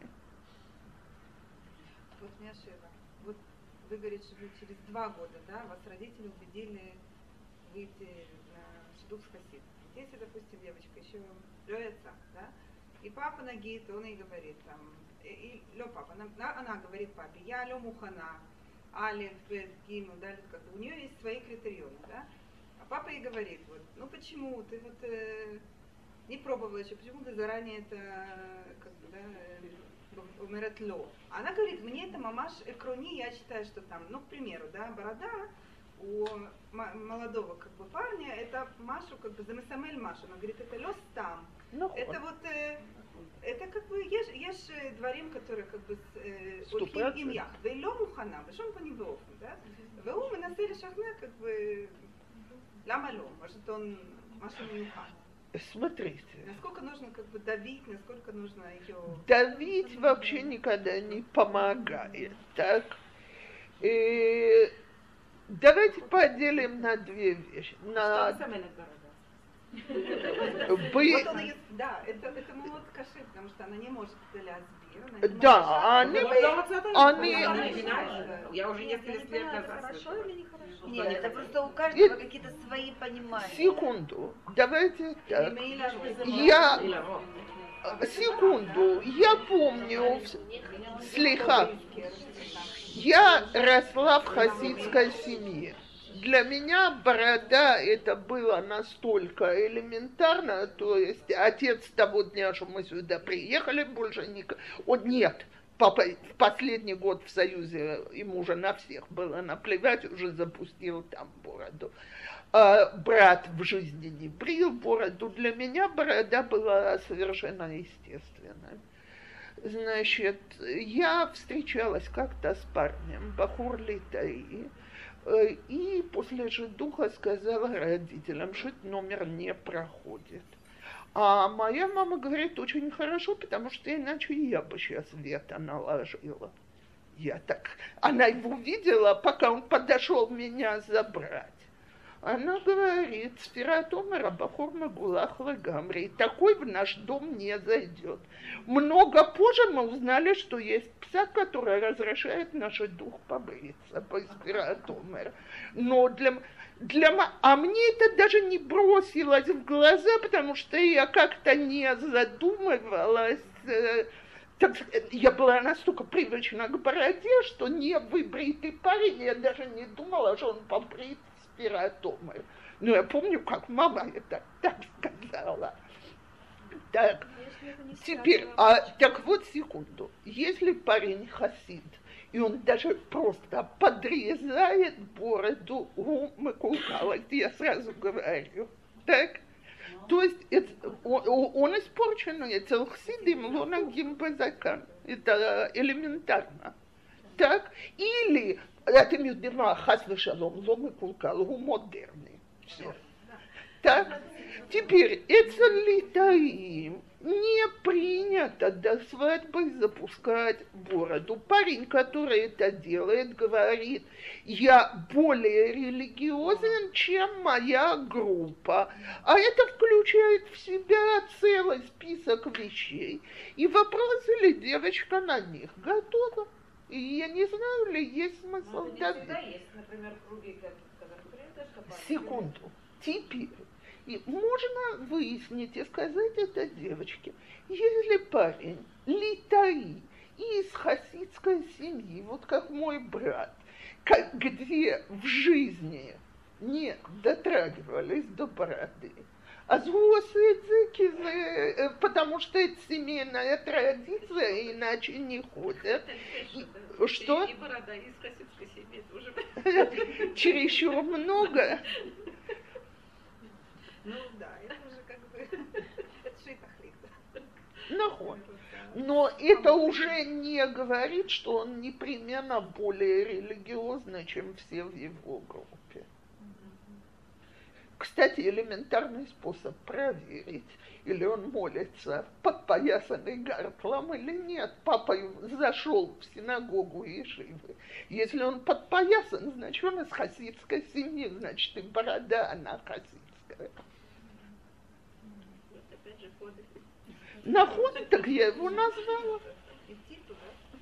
Вот меня Шева, вот вы говорите, что вы через два года, да, вас родители убедили выйти на шидух с хасид. Если, допустим, девочка еще лёется, да, и папа нагит, он ей говорит, там, и лё папа, она, она говорит папе, я лё мухана, алиф, бет, гимл, далит, как у нее есть свои критерионы, да, а папа ей говорит, вот, ну почему, ты вот э, не пробовала еще, почему ты заранее это, как бы, да, умерет ло. Она говорит, мне это мамаш экрони, я считаю, что там, ну, к примеру, да, борода у молодого, как бы, парня, это Машу, как бы, замесамель Машу, она говорит, это лёс там, ну, это вот, э, это как бы, есть, есть дворим, которые как бы הולכים עם יח, והיא לא מוכנה, בשום פנים ואופן, да? והוא מנסה לשכנע, как бы, למה לא? может он משהו מיוחד? Смотрите. Насколько нужно как бы давить, насколько нужно ее... Давить вообще никогда не помогает, так? И давайте поделим на две вещи. На... Вы... Вот он, да, это, это мод каши, потому что она не может лясбир. Да, они... они... Я уже несколько лет назад. Хорошо или нехорошо? Нет, это просто у каждого какие-то свои понимания. Секунду, давайте так. Я... Секунду, я помню, слегка, я росла в хасидской семье. Для меня борода это было настолько элементарно, то есть отец того дня, что мы сюда приехали, больше никак... О, нет, папа в последний год в Союзе, ему уже на всех было наплевать, уже запустил там бороду. А брат в жизни не брил бороду, для меня борода была совершенно естественной. Значит, я встречалась как-то с парнем, бахур литаи, и после жидуха сказала родителям, что этот номер не проходит. А моя мама говорит, очень хорошо, потому что иначе я бы сейчас вето наложила. Я так... Она его видела, пока он подошел меня забрать. Она говорит, сферат омера бахур мегулах легамри. Такой в наш дом не зайдет. Много позже мы узнали, что есть пса, которая разрешает наш дух побриться по сферат омера. Но для, для... А мне это даже не бросилось в глаза, потому что я как-то не задумывалась. Так, я была настолько привычна к бороде, что не выбритый парень, я даже не думала, что он побрит сфератомер. Но я помню, как мама это так сказала. Так, теперь, а, так вот секунду. Если парень хасид, и он даже просто подрезает бороду у макулкала, я сразу говорю, так? То есть это, он, он испорчен, это хасидим лонагим базакан. Это элементарно. Так? Или, это мюдема хас вешалом, лом и кулкал, он модерный. Все. Так? Теперь, это литаим. Не принято до свадьбы запускать бороду. Парень, который это делает, говорит, я более религиозен, чем моя группа. А это включает в себя целый список вещей. И вопрос, ли девочка на них готова. И я не знаю, ли есть смысл давить. Всегда есть, например, круги, которые... Секунду. Теперь. И можно выяснить и сказать этой девочке, если парень литаи из хасидской семьи, вот как мой брат, как, где в жизни не дотрагивались до бороды, а звуосыдзики, потому что это семейная традиция, иначе не ходят. И, что? И борода из хасидской семьи тоже. Чересчур много. Ну да, это уже как бы шитахлит. Нахон. Но это уже не говорит, что он непременно более религиозный, чем все в его группе. Кстати, элементарный способ проверить, или он молится подпоясанный гартлом или нет. Папа зашел в синагогу Ешивы. Если он подпоясан, значит, он из хасидской семьи, значит, и борода, она хасидская. Нахон, так я его назвала. Идти туда.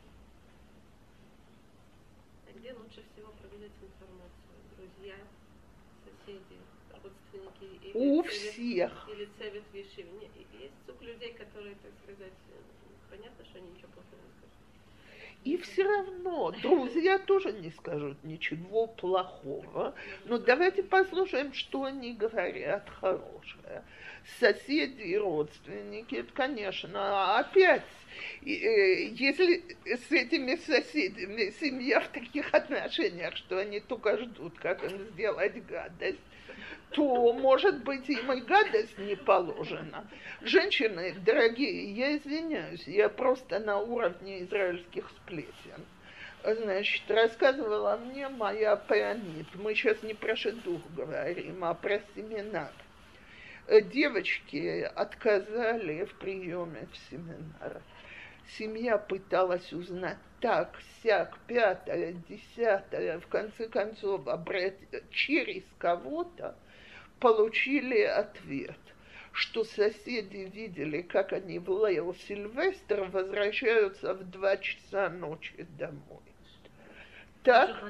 А где лучше всего проверять информацию? Друзья, соседи, родственники? Или У цевет, всех. Или цевет в Ешиве? Нет, есть сук людей, которые, так сказать, понятно, что они ничего плохого не скажут. И все равно друзья тоже не скажут ничего плохого. Но давайте послушаем, что они говорят хорошее. Соседи и родственники, это, конечно, опять, если с этими соседями семья в таких отношениях, что они только ждут, как им сделать гадость, то, может быть, им и гадость не положена. Женщины, дорогие, я извиняюсь, я просто на уровне израильских сплетен. Значит, рассказывала мне моя пианист. Мы сейчас не про шедух говорим, а про семинар. Девочки отказали в приеме в семинар. Семья пыталась узнать так, сяк, пятое, десятое. В конце концов, обрат... через кого-то получили ответ, что соседи видели, как они в Лейл-Сильвестр возвращаются в два часа ночи домой. Так? Так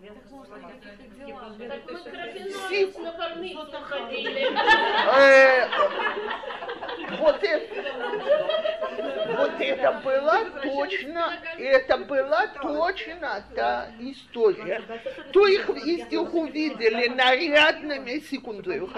мы крапинолец накормить ходили. Вот это, вот это была точно, это была точно та история. То их, если их увидели нарядными, секунду, их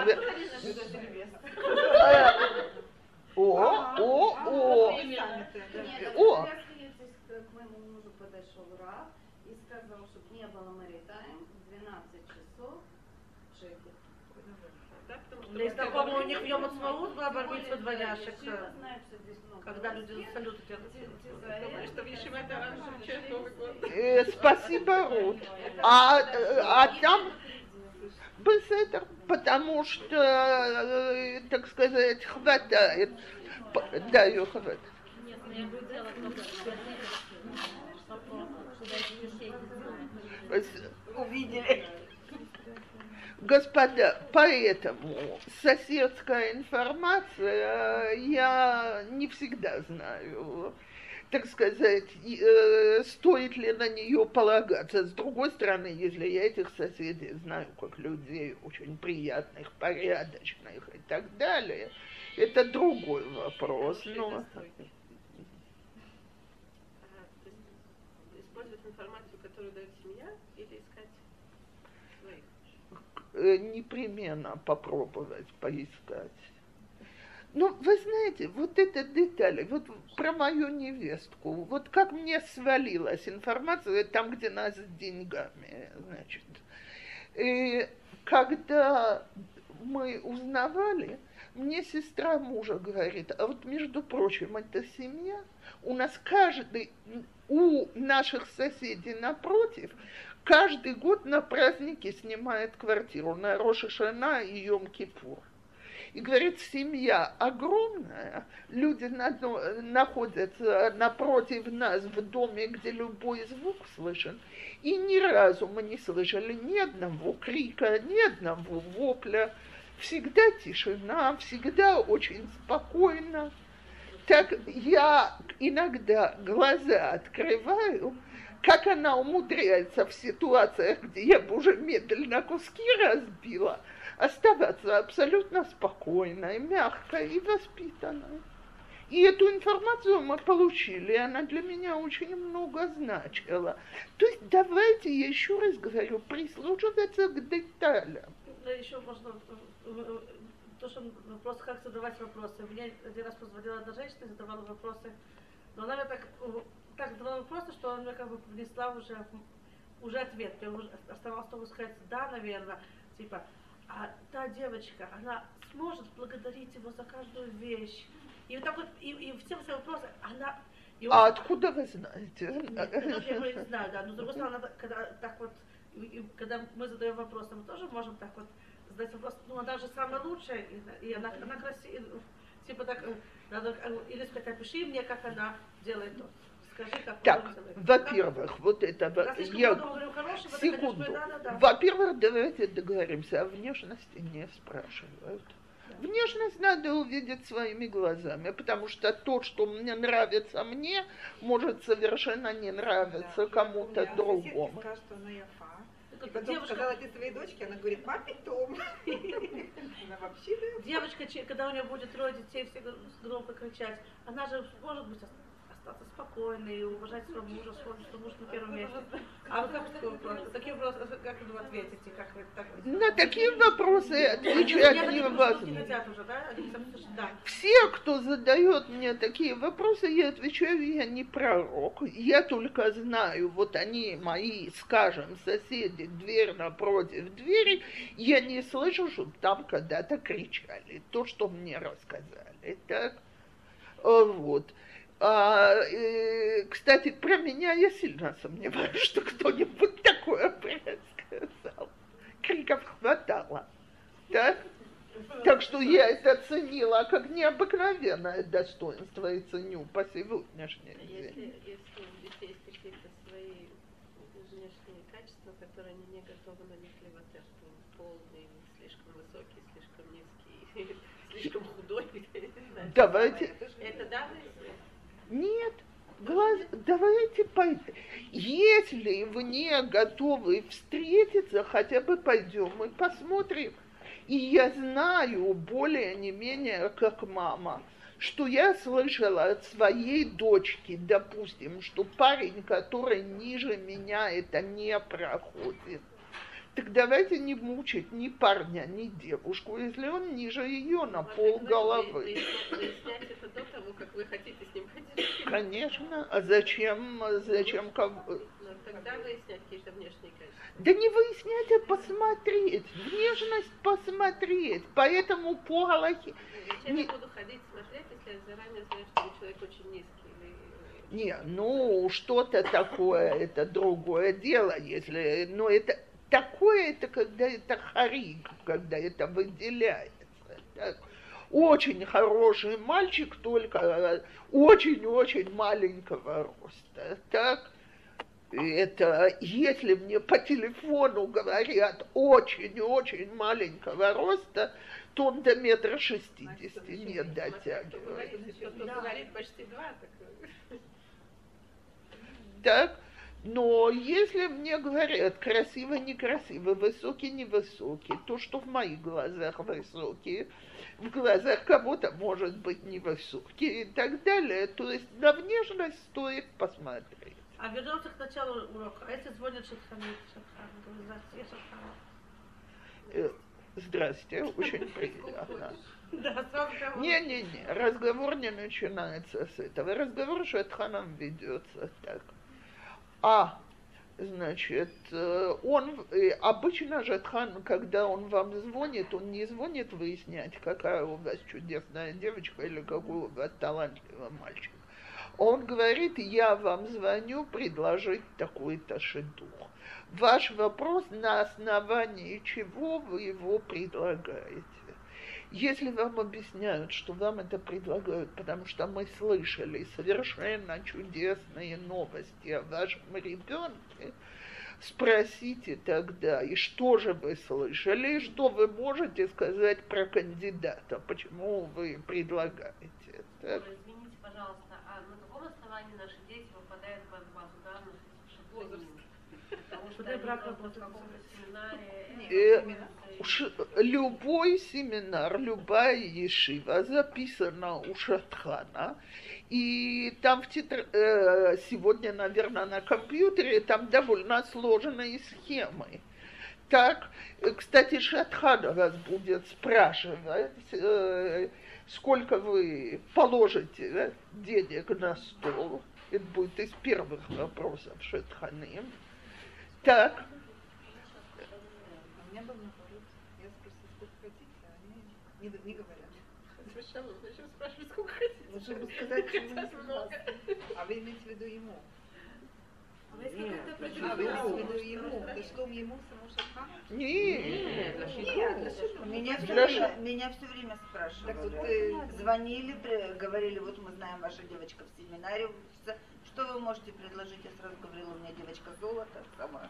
О, о, о, о. К моему мужу подошел Рав и сказал, чтобы не было Маритайм, двенадцать часов шекель. Для знакомого у них в Йом Ацмаут была бармитва двойняшек, когда люди салют делают. Что в Ешиве это встречает Новый год. Э, спасибо, Рут. А, а там беседер, потому что, э, так сказать, хватает. Да, ее хватает. Увидели. Господа, поэтому соседская информация я не всегда знаю, так сказать, э, стоит ли на нее полагаться. С другой стороны, если я этих соседей знаю как людей очень приятных, порядочных и так далее, это другой вопрос. Но... Использовать информацию, которую дает семья, или искать своих? Непременно попробовать поискать. Ну, вы знаете, вот эта деталь, вот про мою невестку, вот как мне свалилась информация там, где нас с деньгами, значит. И когда мы узнавали, мне сестра мужа говорит, а вот, между прочим, эта семья, у нас каждый, у наших соседей напротив, каждый год на праздники снимает квартиру на Рош ха-Шана и Йом-Кипур. И говорит, семья огромная, люди на, находятся напротив нас в доме, где любой звук слышен, и ни разу мы не слышали ни одного крика, ни одного вопля. Всегда тишина, всегда очень спокойно. Так я иногда глаза открываю, как она умудряется в ситуациях, где я бы уже медленно куски разбила, оставаться абсолютно спокойной, мягкой и воспитанной. И эту информацию мы получили, и она для меня очень много значила. То есть давайте, я еще раз говорю, прислушиваться к деталям. Да, еще можно, то, что вопрос, как задавать вопросы. Мне один раз позвонила одна женщина и задавала вопросы, но она мне так, так задавала вопросы, что она мне как бы внесла уже, уже ответ. Мне уже оставалось только сказать «да», наверное, типа, а та девочка, она сможет благодарить его за каждую вещь. И вот так вот, и, и все все вопросы, она... И а он... откуда вы знаете? Нет, я не знаю, да, но с другой стороны, когда так вот, и, когда мы задаем вопросы, мы тоже можем так вот задать вопрос, ну она же самая лучшая, и, и она, она красивая, типа так, надо, или сказать, опиши мне, как она делает то. Скажи, как так, она делает. Во-первых, вот это... Я... Хороший, секунду. Это, конечно, да. Во-первых, давайте договоримся, о внешности не спрашивают. Внешность надо увидеть своими глазами, потому что то, что мне нравится мне, может совершенно не нравиться да, кому-то другому. Скажет, что она яфа. И потом девушка... сказала ты своей дочке, она говорит, папе Том. Она вообще да. Девочка, когда у нее будет трое детей, все громко кричать, она же может быть остаться спокойной и уважать своего мужа, что муж на первом месте. А вы как, такие вопросы, как вы ответите? Как вы, так, на такие вопросы отвечать невозможно. Все, кто задает мне такие вопросы, я отвечаю, я не пророк. Я только знаю, вот они мои, скажем, соседи, дверь напротив двери, я не слышу, чтобы там когда-то кричали. То, что мне рассказали. Так, вот. А, э, кстати, про меня я сильно сомневаюсь, что кто-нибудь такое предсказал. Криков хватало. Так? Так что я это ценила как необыкновенное достоинство и ценю по сегодняшней день. Если, если у детей есть какие-то свои внешние качества, которые они не готовы на них левотер, полный, слишком высокий, слишком низкий, слишком худой. Давайте. Это да? Нет. Глаз... Давайте пойдем. Если вы не готовы встретиться, хотя бы пойдем и посмотрим. И я знаю более не менее, как мама, что я слышала от своей дочки, допустим, что парень, который ниже меня, это не проходит. Так давайте не мучить ни парня, ни девушку, если он ниже ее на пол головы. Выяснять это до того, как вы хотите с ним ходить. Конечно. А зачем, зачем кого? Но тогда выяснять какие-то внешние качества. Да не выяснять, а посмотреть. Внешность посмотреть. Поэтому по Галахе... Зачем я буду ходить смотреть, если я заранее знаю, что человек очень низкий? Или... Не, ну, что-то такое, это другое дело, если... Но это... Такое это, когда это хариг, когда это выделяется. Так. Очень хороший мальчик, только очень-очень маленького роста. Так. Это если мне по телефону говорят очень-очень маленького роста, то он до метра шестидесяти не дотягивает. Кто-то говорит почти два. Так. Но если мне говорят красиво, некрасиво, высокий, невысокий, то, что в моих глазах высокий, в глазах кого-то может быть невысокий и так далее, то есть на внешность стоит посмотреть. А вернемся к началу урока. А если звонит Шатханит, Шатхан, говорит, здравствуйте, Шатхан. Здрасте, очень приятно. Да, сразу прямо... Не-не-не, разговор не начинается с этого. Разговор с Шатханом ведется так. А, значит, он, обычно Шатхан, когда он вам звонит, он не звонит выяснять, какая у вас чудесная девочка или какой у вас талантливый мальчик. Он говорит, я вам звоню предложить такой-то шидух. Ваш вопрос, на основании чего вы его предлагаете. Если вам объясняют, что вам это предлагают, потому что мы слышали совершенно чудесные новости о вашем ребенке, спросите тогда, и что же вы слышали, и что вы можете сказать про кандидата, почему вы предлагаете. Так? Извините, пожалуйста, а на каком основании наши дети попадают в базу данных шаблонов? Потому что они в каком-то семинаре... Любой семинар, любая ешива записана у Шатхана, и там в тетр... сегодня, наверное, на компьютере там довольно сложные схемы. Так, кстати, Шатхан вас будет спрашивать, сколько вы положите денег на стол. Это будет из первых вопросов Шатханым. Так. У меня был наоборот. Я спросила, сколько хотите, а они не, не говорят. Сначала зачем спрашивать, сколько хотите? Лучше бы сказать, что вы не согласны. А вы имеете в виду ему? Нет, а вы имеете в виду ему? Дошком ему, самому Шатхану? Нет. Нет, меня все время, меня все время спрашивали. Так вот, э, Звонили, при- говорили, вот мы знаем, ваша девочка в семинаре учится. Что вы можете предложить? Я сразу говорила, у меня девочка золото сама.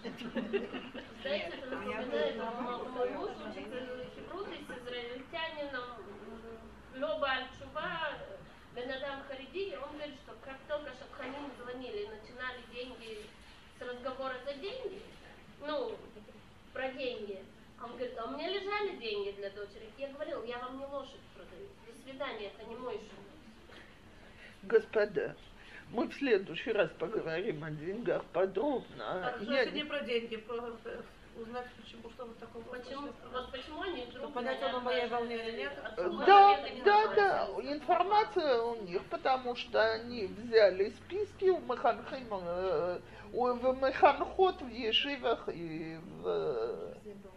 Знаете, это напоминает моему случаю хибруты с израильтянином Лоба Аль-Чува, Бенадам Хариди, он говорит, что как только Шатханим звонили и начинали деньги с разговора за деньги, ну, про деньги, он говорит, а у меня лежали деньги для дочери. Я говорил, я вам не лошадь продаю. До свидания, это не мой шум. Господа, мы в следующий раз поговорим о деньгах подробно. Хорошо, Я... не про деньги, про узнать, почему, что вы такого почему, вот почему они вдруг... Понять, оно моей волне или нет? Да, да, да, информация у них, потому что они взяли списки у Механхим, у Механхот в Ешивах и в...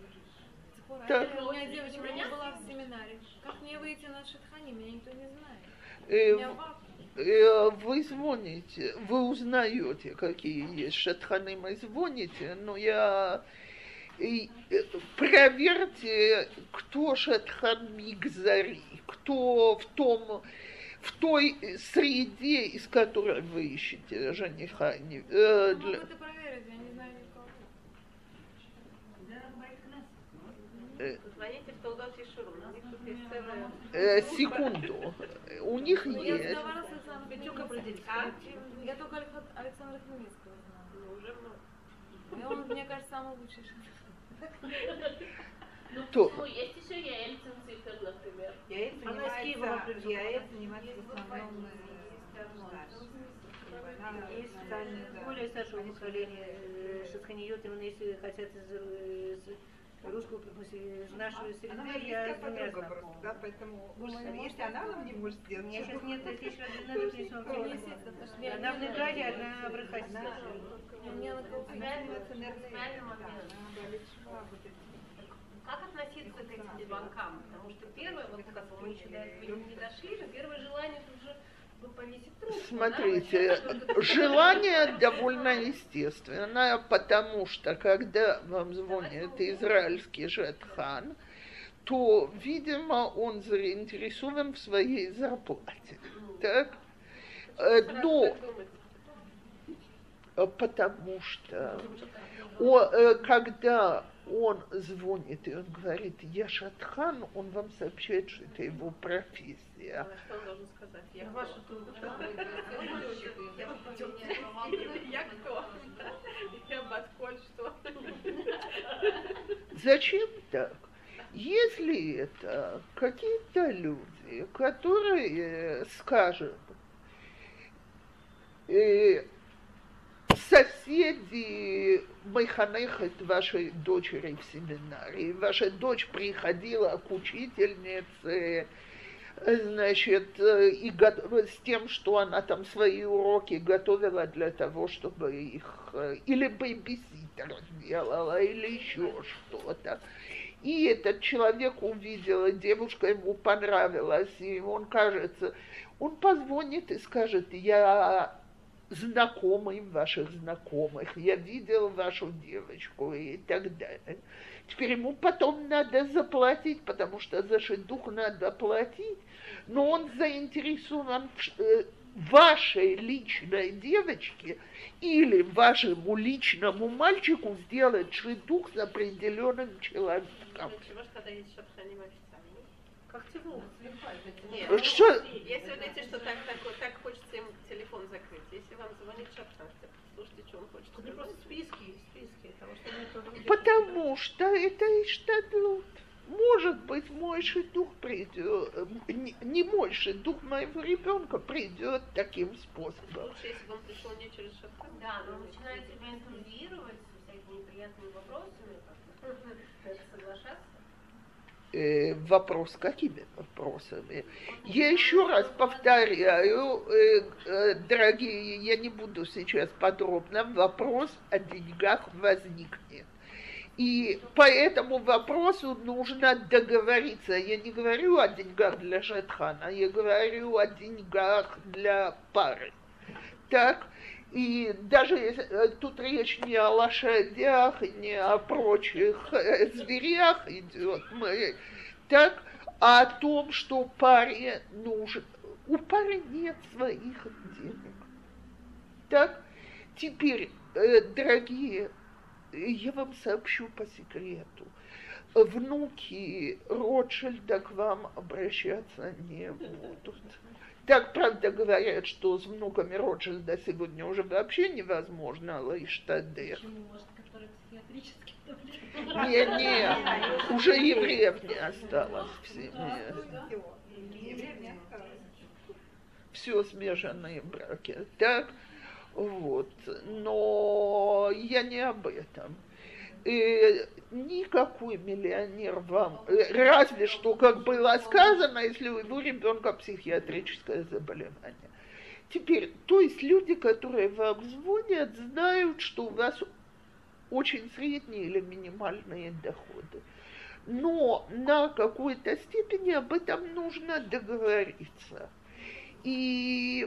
Так. У меня девочка не была в семинаре. Как мне выйти на Шатхани? Меня никто не знает. Э, У меня вы звоните, вы узнаете, какие есть шатханым, и звоните, но я... И проверьте, кто шатхан мигзари, кто в том, в той среде, из которой вы ищете жениха. Не, э, для... это проверить, я не знаю никого. Звоните в Толдот Ешуру, у них тут есть целая... Э, секунду, у них Я есть. разговаривала с Александром. А? Я только Александра Хмельницкого знаю. Ну, уже много. И он, мне кажется, самый лучший. Ну, То. почему? Есть еще Яэль Цинцифер, например. Яэль Она из Киева занимается, Яэль занимается в основном Есть более старшего поколения шатханиот, именно если хотят из русского, из нашего среды, я с двумя знакома. да, поэтому если она нам не может сделать. У меня сейчас нет, если еще один надо принести вам принести. Одна в Неграде, одна в Рыхасте. Мне на Как относиться к этим звонкам? Потому что первое, вот как мы еще до этого не дошли, но первое желание тут же ну, повесить трубку. Смотрите, желание довольно естественное, потому что когда вам звонит израильский шатхан, то, видимо, он заинтересован в своей зарплате. Так? Но потому что о, когда он звонит и он говорит, я шатхан, он вам сообщает, что это его профессия. Что он должен сказать? Я Я кто? вашу трубку. Я кто? Я Батколь, что? Зачем так? Если это какие-то люди, которые скажут, э, соседи маханехет вашей дочери в семинарии, ваша дочь приходила к учительнице, значит, и с тем, что она там свои уроки готовила для того, чтобы их, или бэйбиситер сделала, или еще что-то. И этот человек увидел, девушка ему понравилась, и он, кажется, он позвонит и скажет, я знакомый ваших знакомых, я видел вашу девочку и так далее. Теперь ему потом надо заплатить, потому что за шидух надо платить, но он заинтересован в вашей личной девочке или вашему личному мальчику сделать шидух с определенным человеком. Чего ж тогда есть шатханим официально? Как тему? Нет, Что? Если вы знаете, что так, так, вот, так хочется им телефон закрыть, если вам звонит шатхан, слушайте, что он хочет Это сказать. просто списки, списки того, что нет других. Потому что это иштадлут. Может быть, мой шидух придет, не, не мой шидух моего ребенка придет таким способом. Лучше, если бы он пришел не через шатхан. Да, но начинает тебя интервьюировать с всякими неприятными вопросами, как-то соглашаться. Э, вопрос, какими вопросами? Я еще раз повторяю, э, э, дорогие, я не буду сейчас подробно, вопрос о деньгах возникнет. И по этому вопросу нужно договориться. Я не говорю о деньгах для шатхана, я говорю о деньгах для пары. Так? И даже если тут речь не о лошадях, не о прочих зверях идет, мы, так, а о том, что паре нужен. У пары нет своих денег. Так? Теперь, дорогие, я вам сообщу по секрету. Внуки Ротшильда к вам обращаться не будут. Так, правда, говорят, что с внуками Ротшильда сегодня уже вообще невозможно, лайштадех. Почему? Может, который психиатрический? Не-не, уже евреев не осталось в семье. Все смешанные браки. Так, вот. Но я не об этом. И никакой миллионер вам, разве что, как было сказано, если у его ребенка психиатрическое заболевание. Теперь, то есть люди, которые вам звонят, знают, что у вас очень средние или минимальные доходы. Но на какой-то степени об этом нужно договориться. И в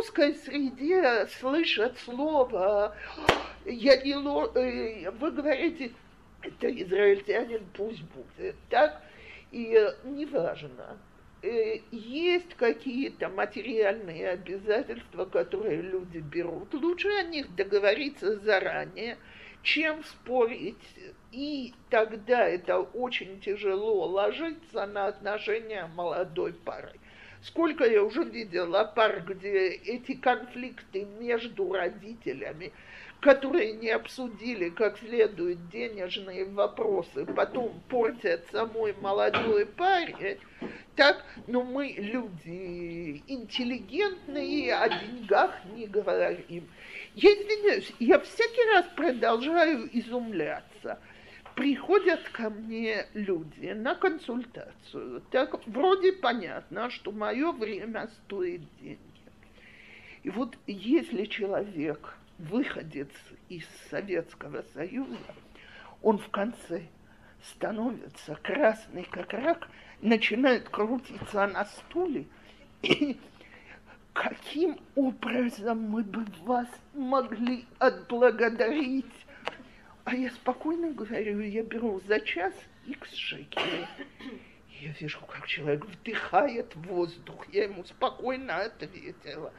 русской среде слышат слово, я не ло... вы говорите, это израильтянин, пусть будет, так? И неважно. Есть какие-то материальные обязательства, которые люди берут. Лучше о них договориться заранее, чем спорить. И тогда это очень тяжело ложится на отношения молодой пары. Сколько я уже видела пар, где эти конфликты между родителями, которые не обсудили как следует денежные вопросы, потом портят самой молодой паре, так, но мы люди интеллигентные, о деньгах не говорим. Я извиняюсь, я всякий раз продолжаю изумляться. Приходят ко мне люди на консультацию. Так вроде понятно, что мое время стоит деньги. И вот если человек выходец из Советского Союза, он в конце становится красный как рак, начинает крутиться на стуле, и каким образом мы бы вас могли отблагодарить? А я спокойно говорю, я беру за час икс шекелей. Я вижу, как человек вдыхает воздух. Я ему спокойно ответила.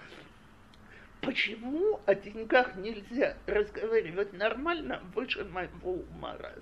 Почему о деньгах нельзя разговаривать нормально выше моего ума разума?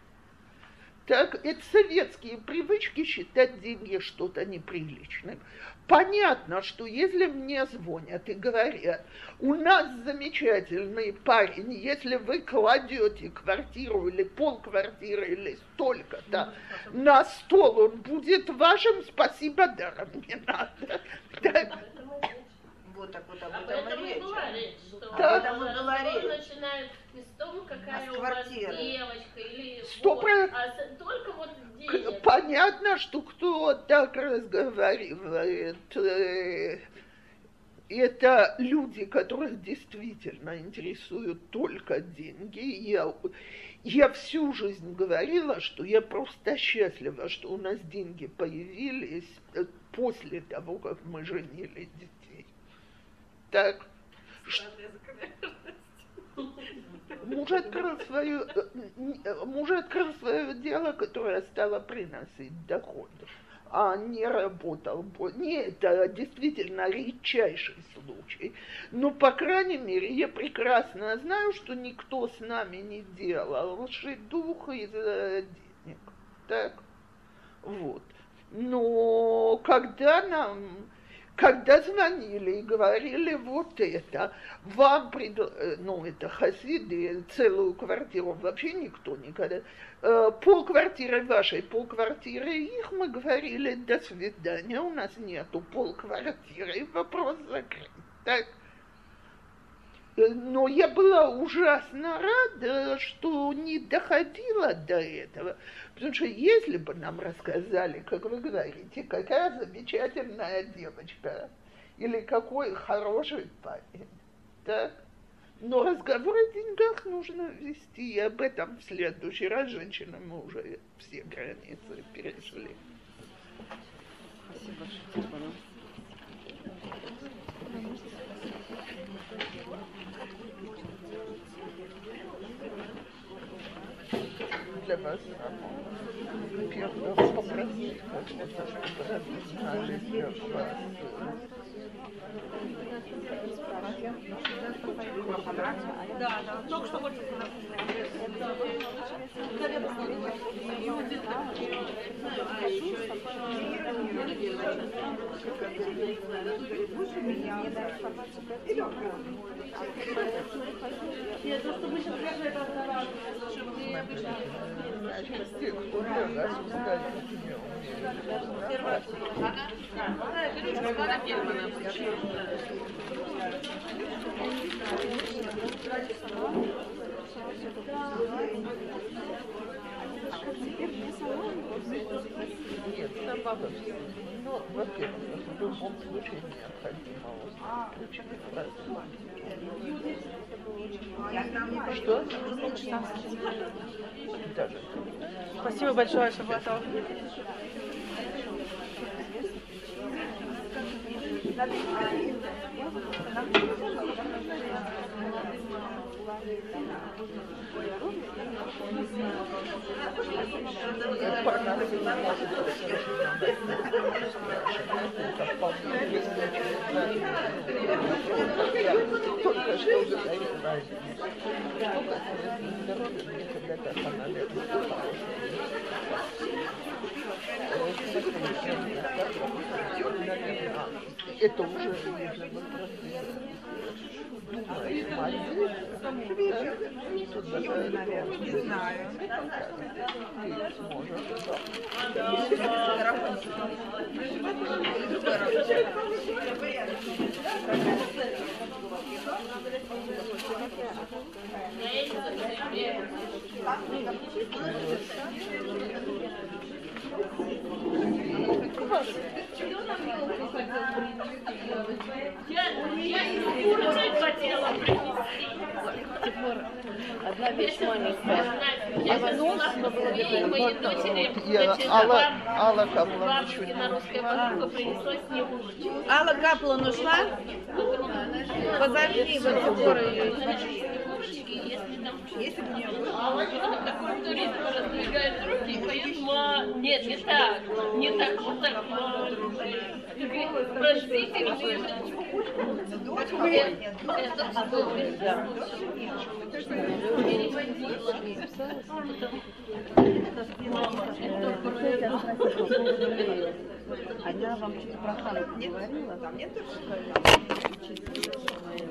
Так, это советские привычки считать деньги что-то неприличным. Понятно, что если мне звонят и говорят, у нас замечательный парень, если вы кладете квартиру или полквартиры или столько-то на стол, он будет вашим, спасибо, даром не надо. Так. Вот так вот об Об этом этом и и речь. была речь, что Да. Об этом и была разговор речь. начинает не с того, какая А с у вас квартиры. девочка, или Сто вот, про- а с- только вот денег. Понятно, что кто так разговаривает, э, это люди, которых действительно интересуют только деньги. Я, я всю жизнь говорила, что я просто счастлива, что у нас деньги появились после того, как мы женили детей. Так, муж открыл свое, муж открыл свое дело, которое стало приносить доход, а не работал. Не, это действительно редчайший случай. Но, по крайней мере, я прекрасно знаю, что никто с нами не делал шидух из-за денег. Так, вот. Но когда нам... Когда звонили и говорили вот это, вам, пред... ну это хасиды, целую квартиру вообще никто никогда, э, полквартиры вашей, полквартиры их, мы говорили, до свидания, у нас нету полквартиры, вопрос закрыт. Так? Но я была ужасно рада, что не доходила до этого. Потому что если бы нам рассказали, как вы говорите, какая замечательная девочка или какой хороший парень, так? Но разговор о деньгах нужно вести, и об этом в следующий раз женщины мы уже все границы перешли. Спасибо большое. Для вас первое попросить кого-то, чтобы знали для вас. Да, да, только что больше Нет, то, что мы сейчас должны это оставаться. Значит, те, кто для вас устали, не умеют. Нет, добавок. Ну, во-первых, в любом случае необходимо узнать ключи. Что? Даже. Спасибо большое, Шабатов. Надо Только что говорит разница. Что касается здоровья, мне когда-то понадобилось. Это уже нужно не знаю. Я из Турции хотела принести. Одна вещь маленькая. Я нужно было моей дочери Алла, Алла Каплан на русская подруга принесла снегурочку. Алла Каплан ушла? Позови в эти горы ее. Если бы не было, такой турист раздвигает руки и поет ма. Нет, не так. Не так, вот так. Прождите Она вам что-то про Хануку говорила, там нет?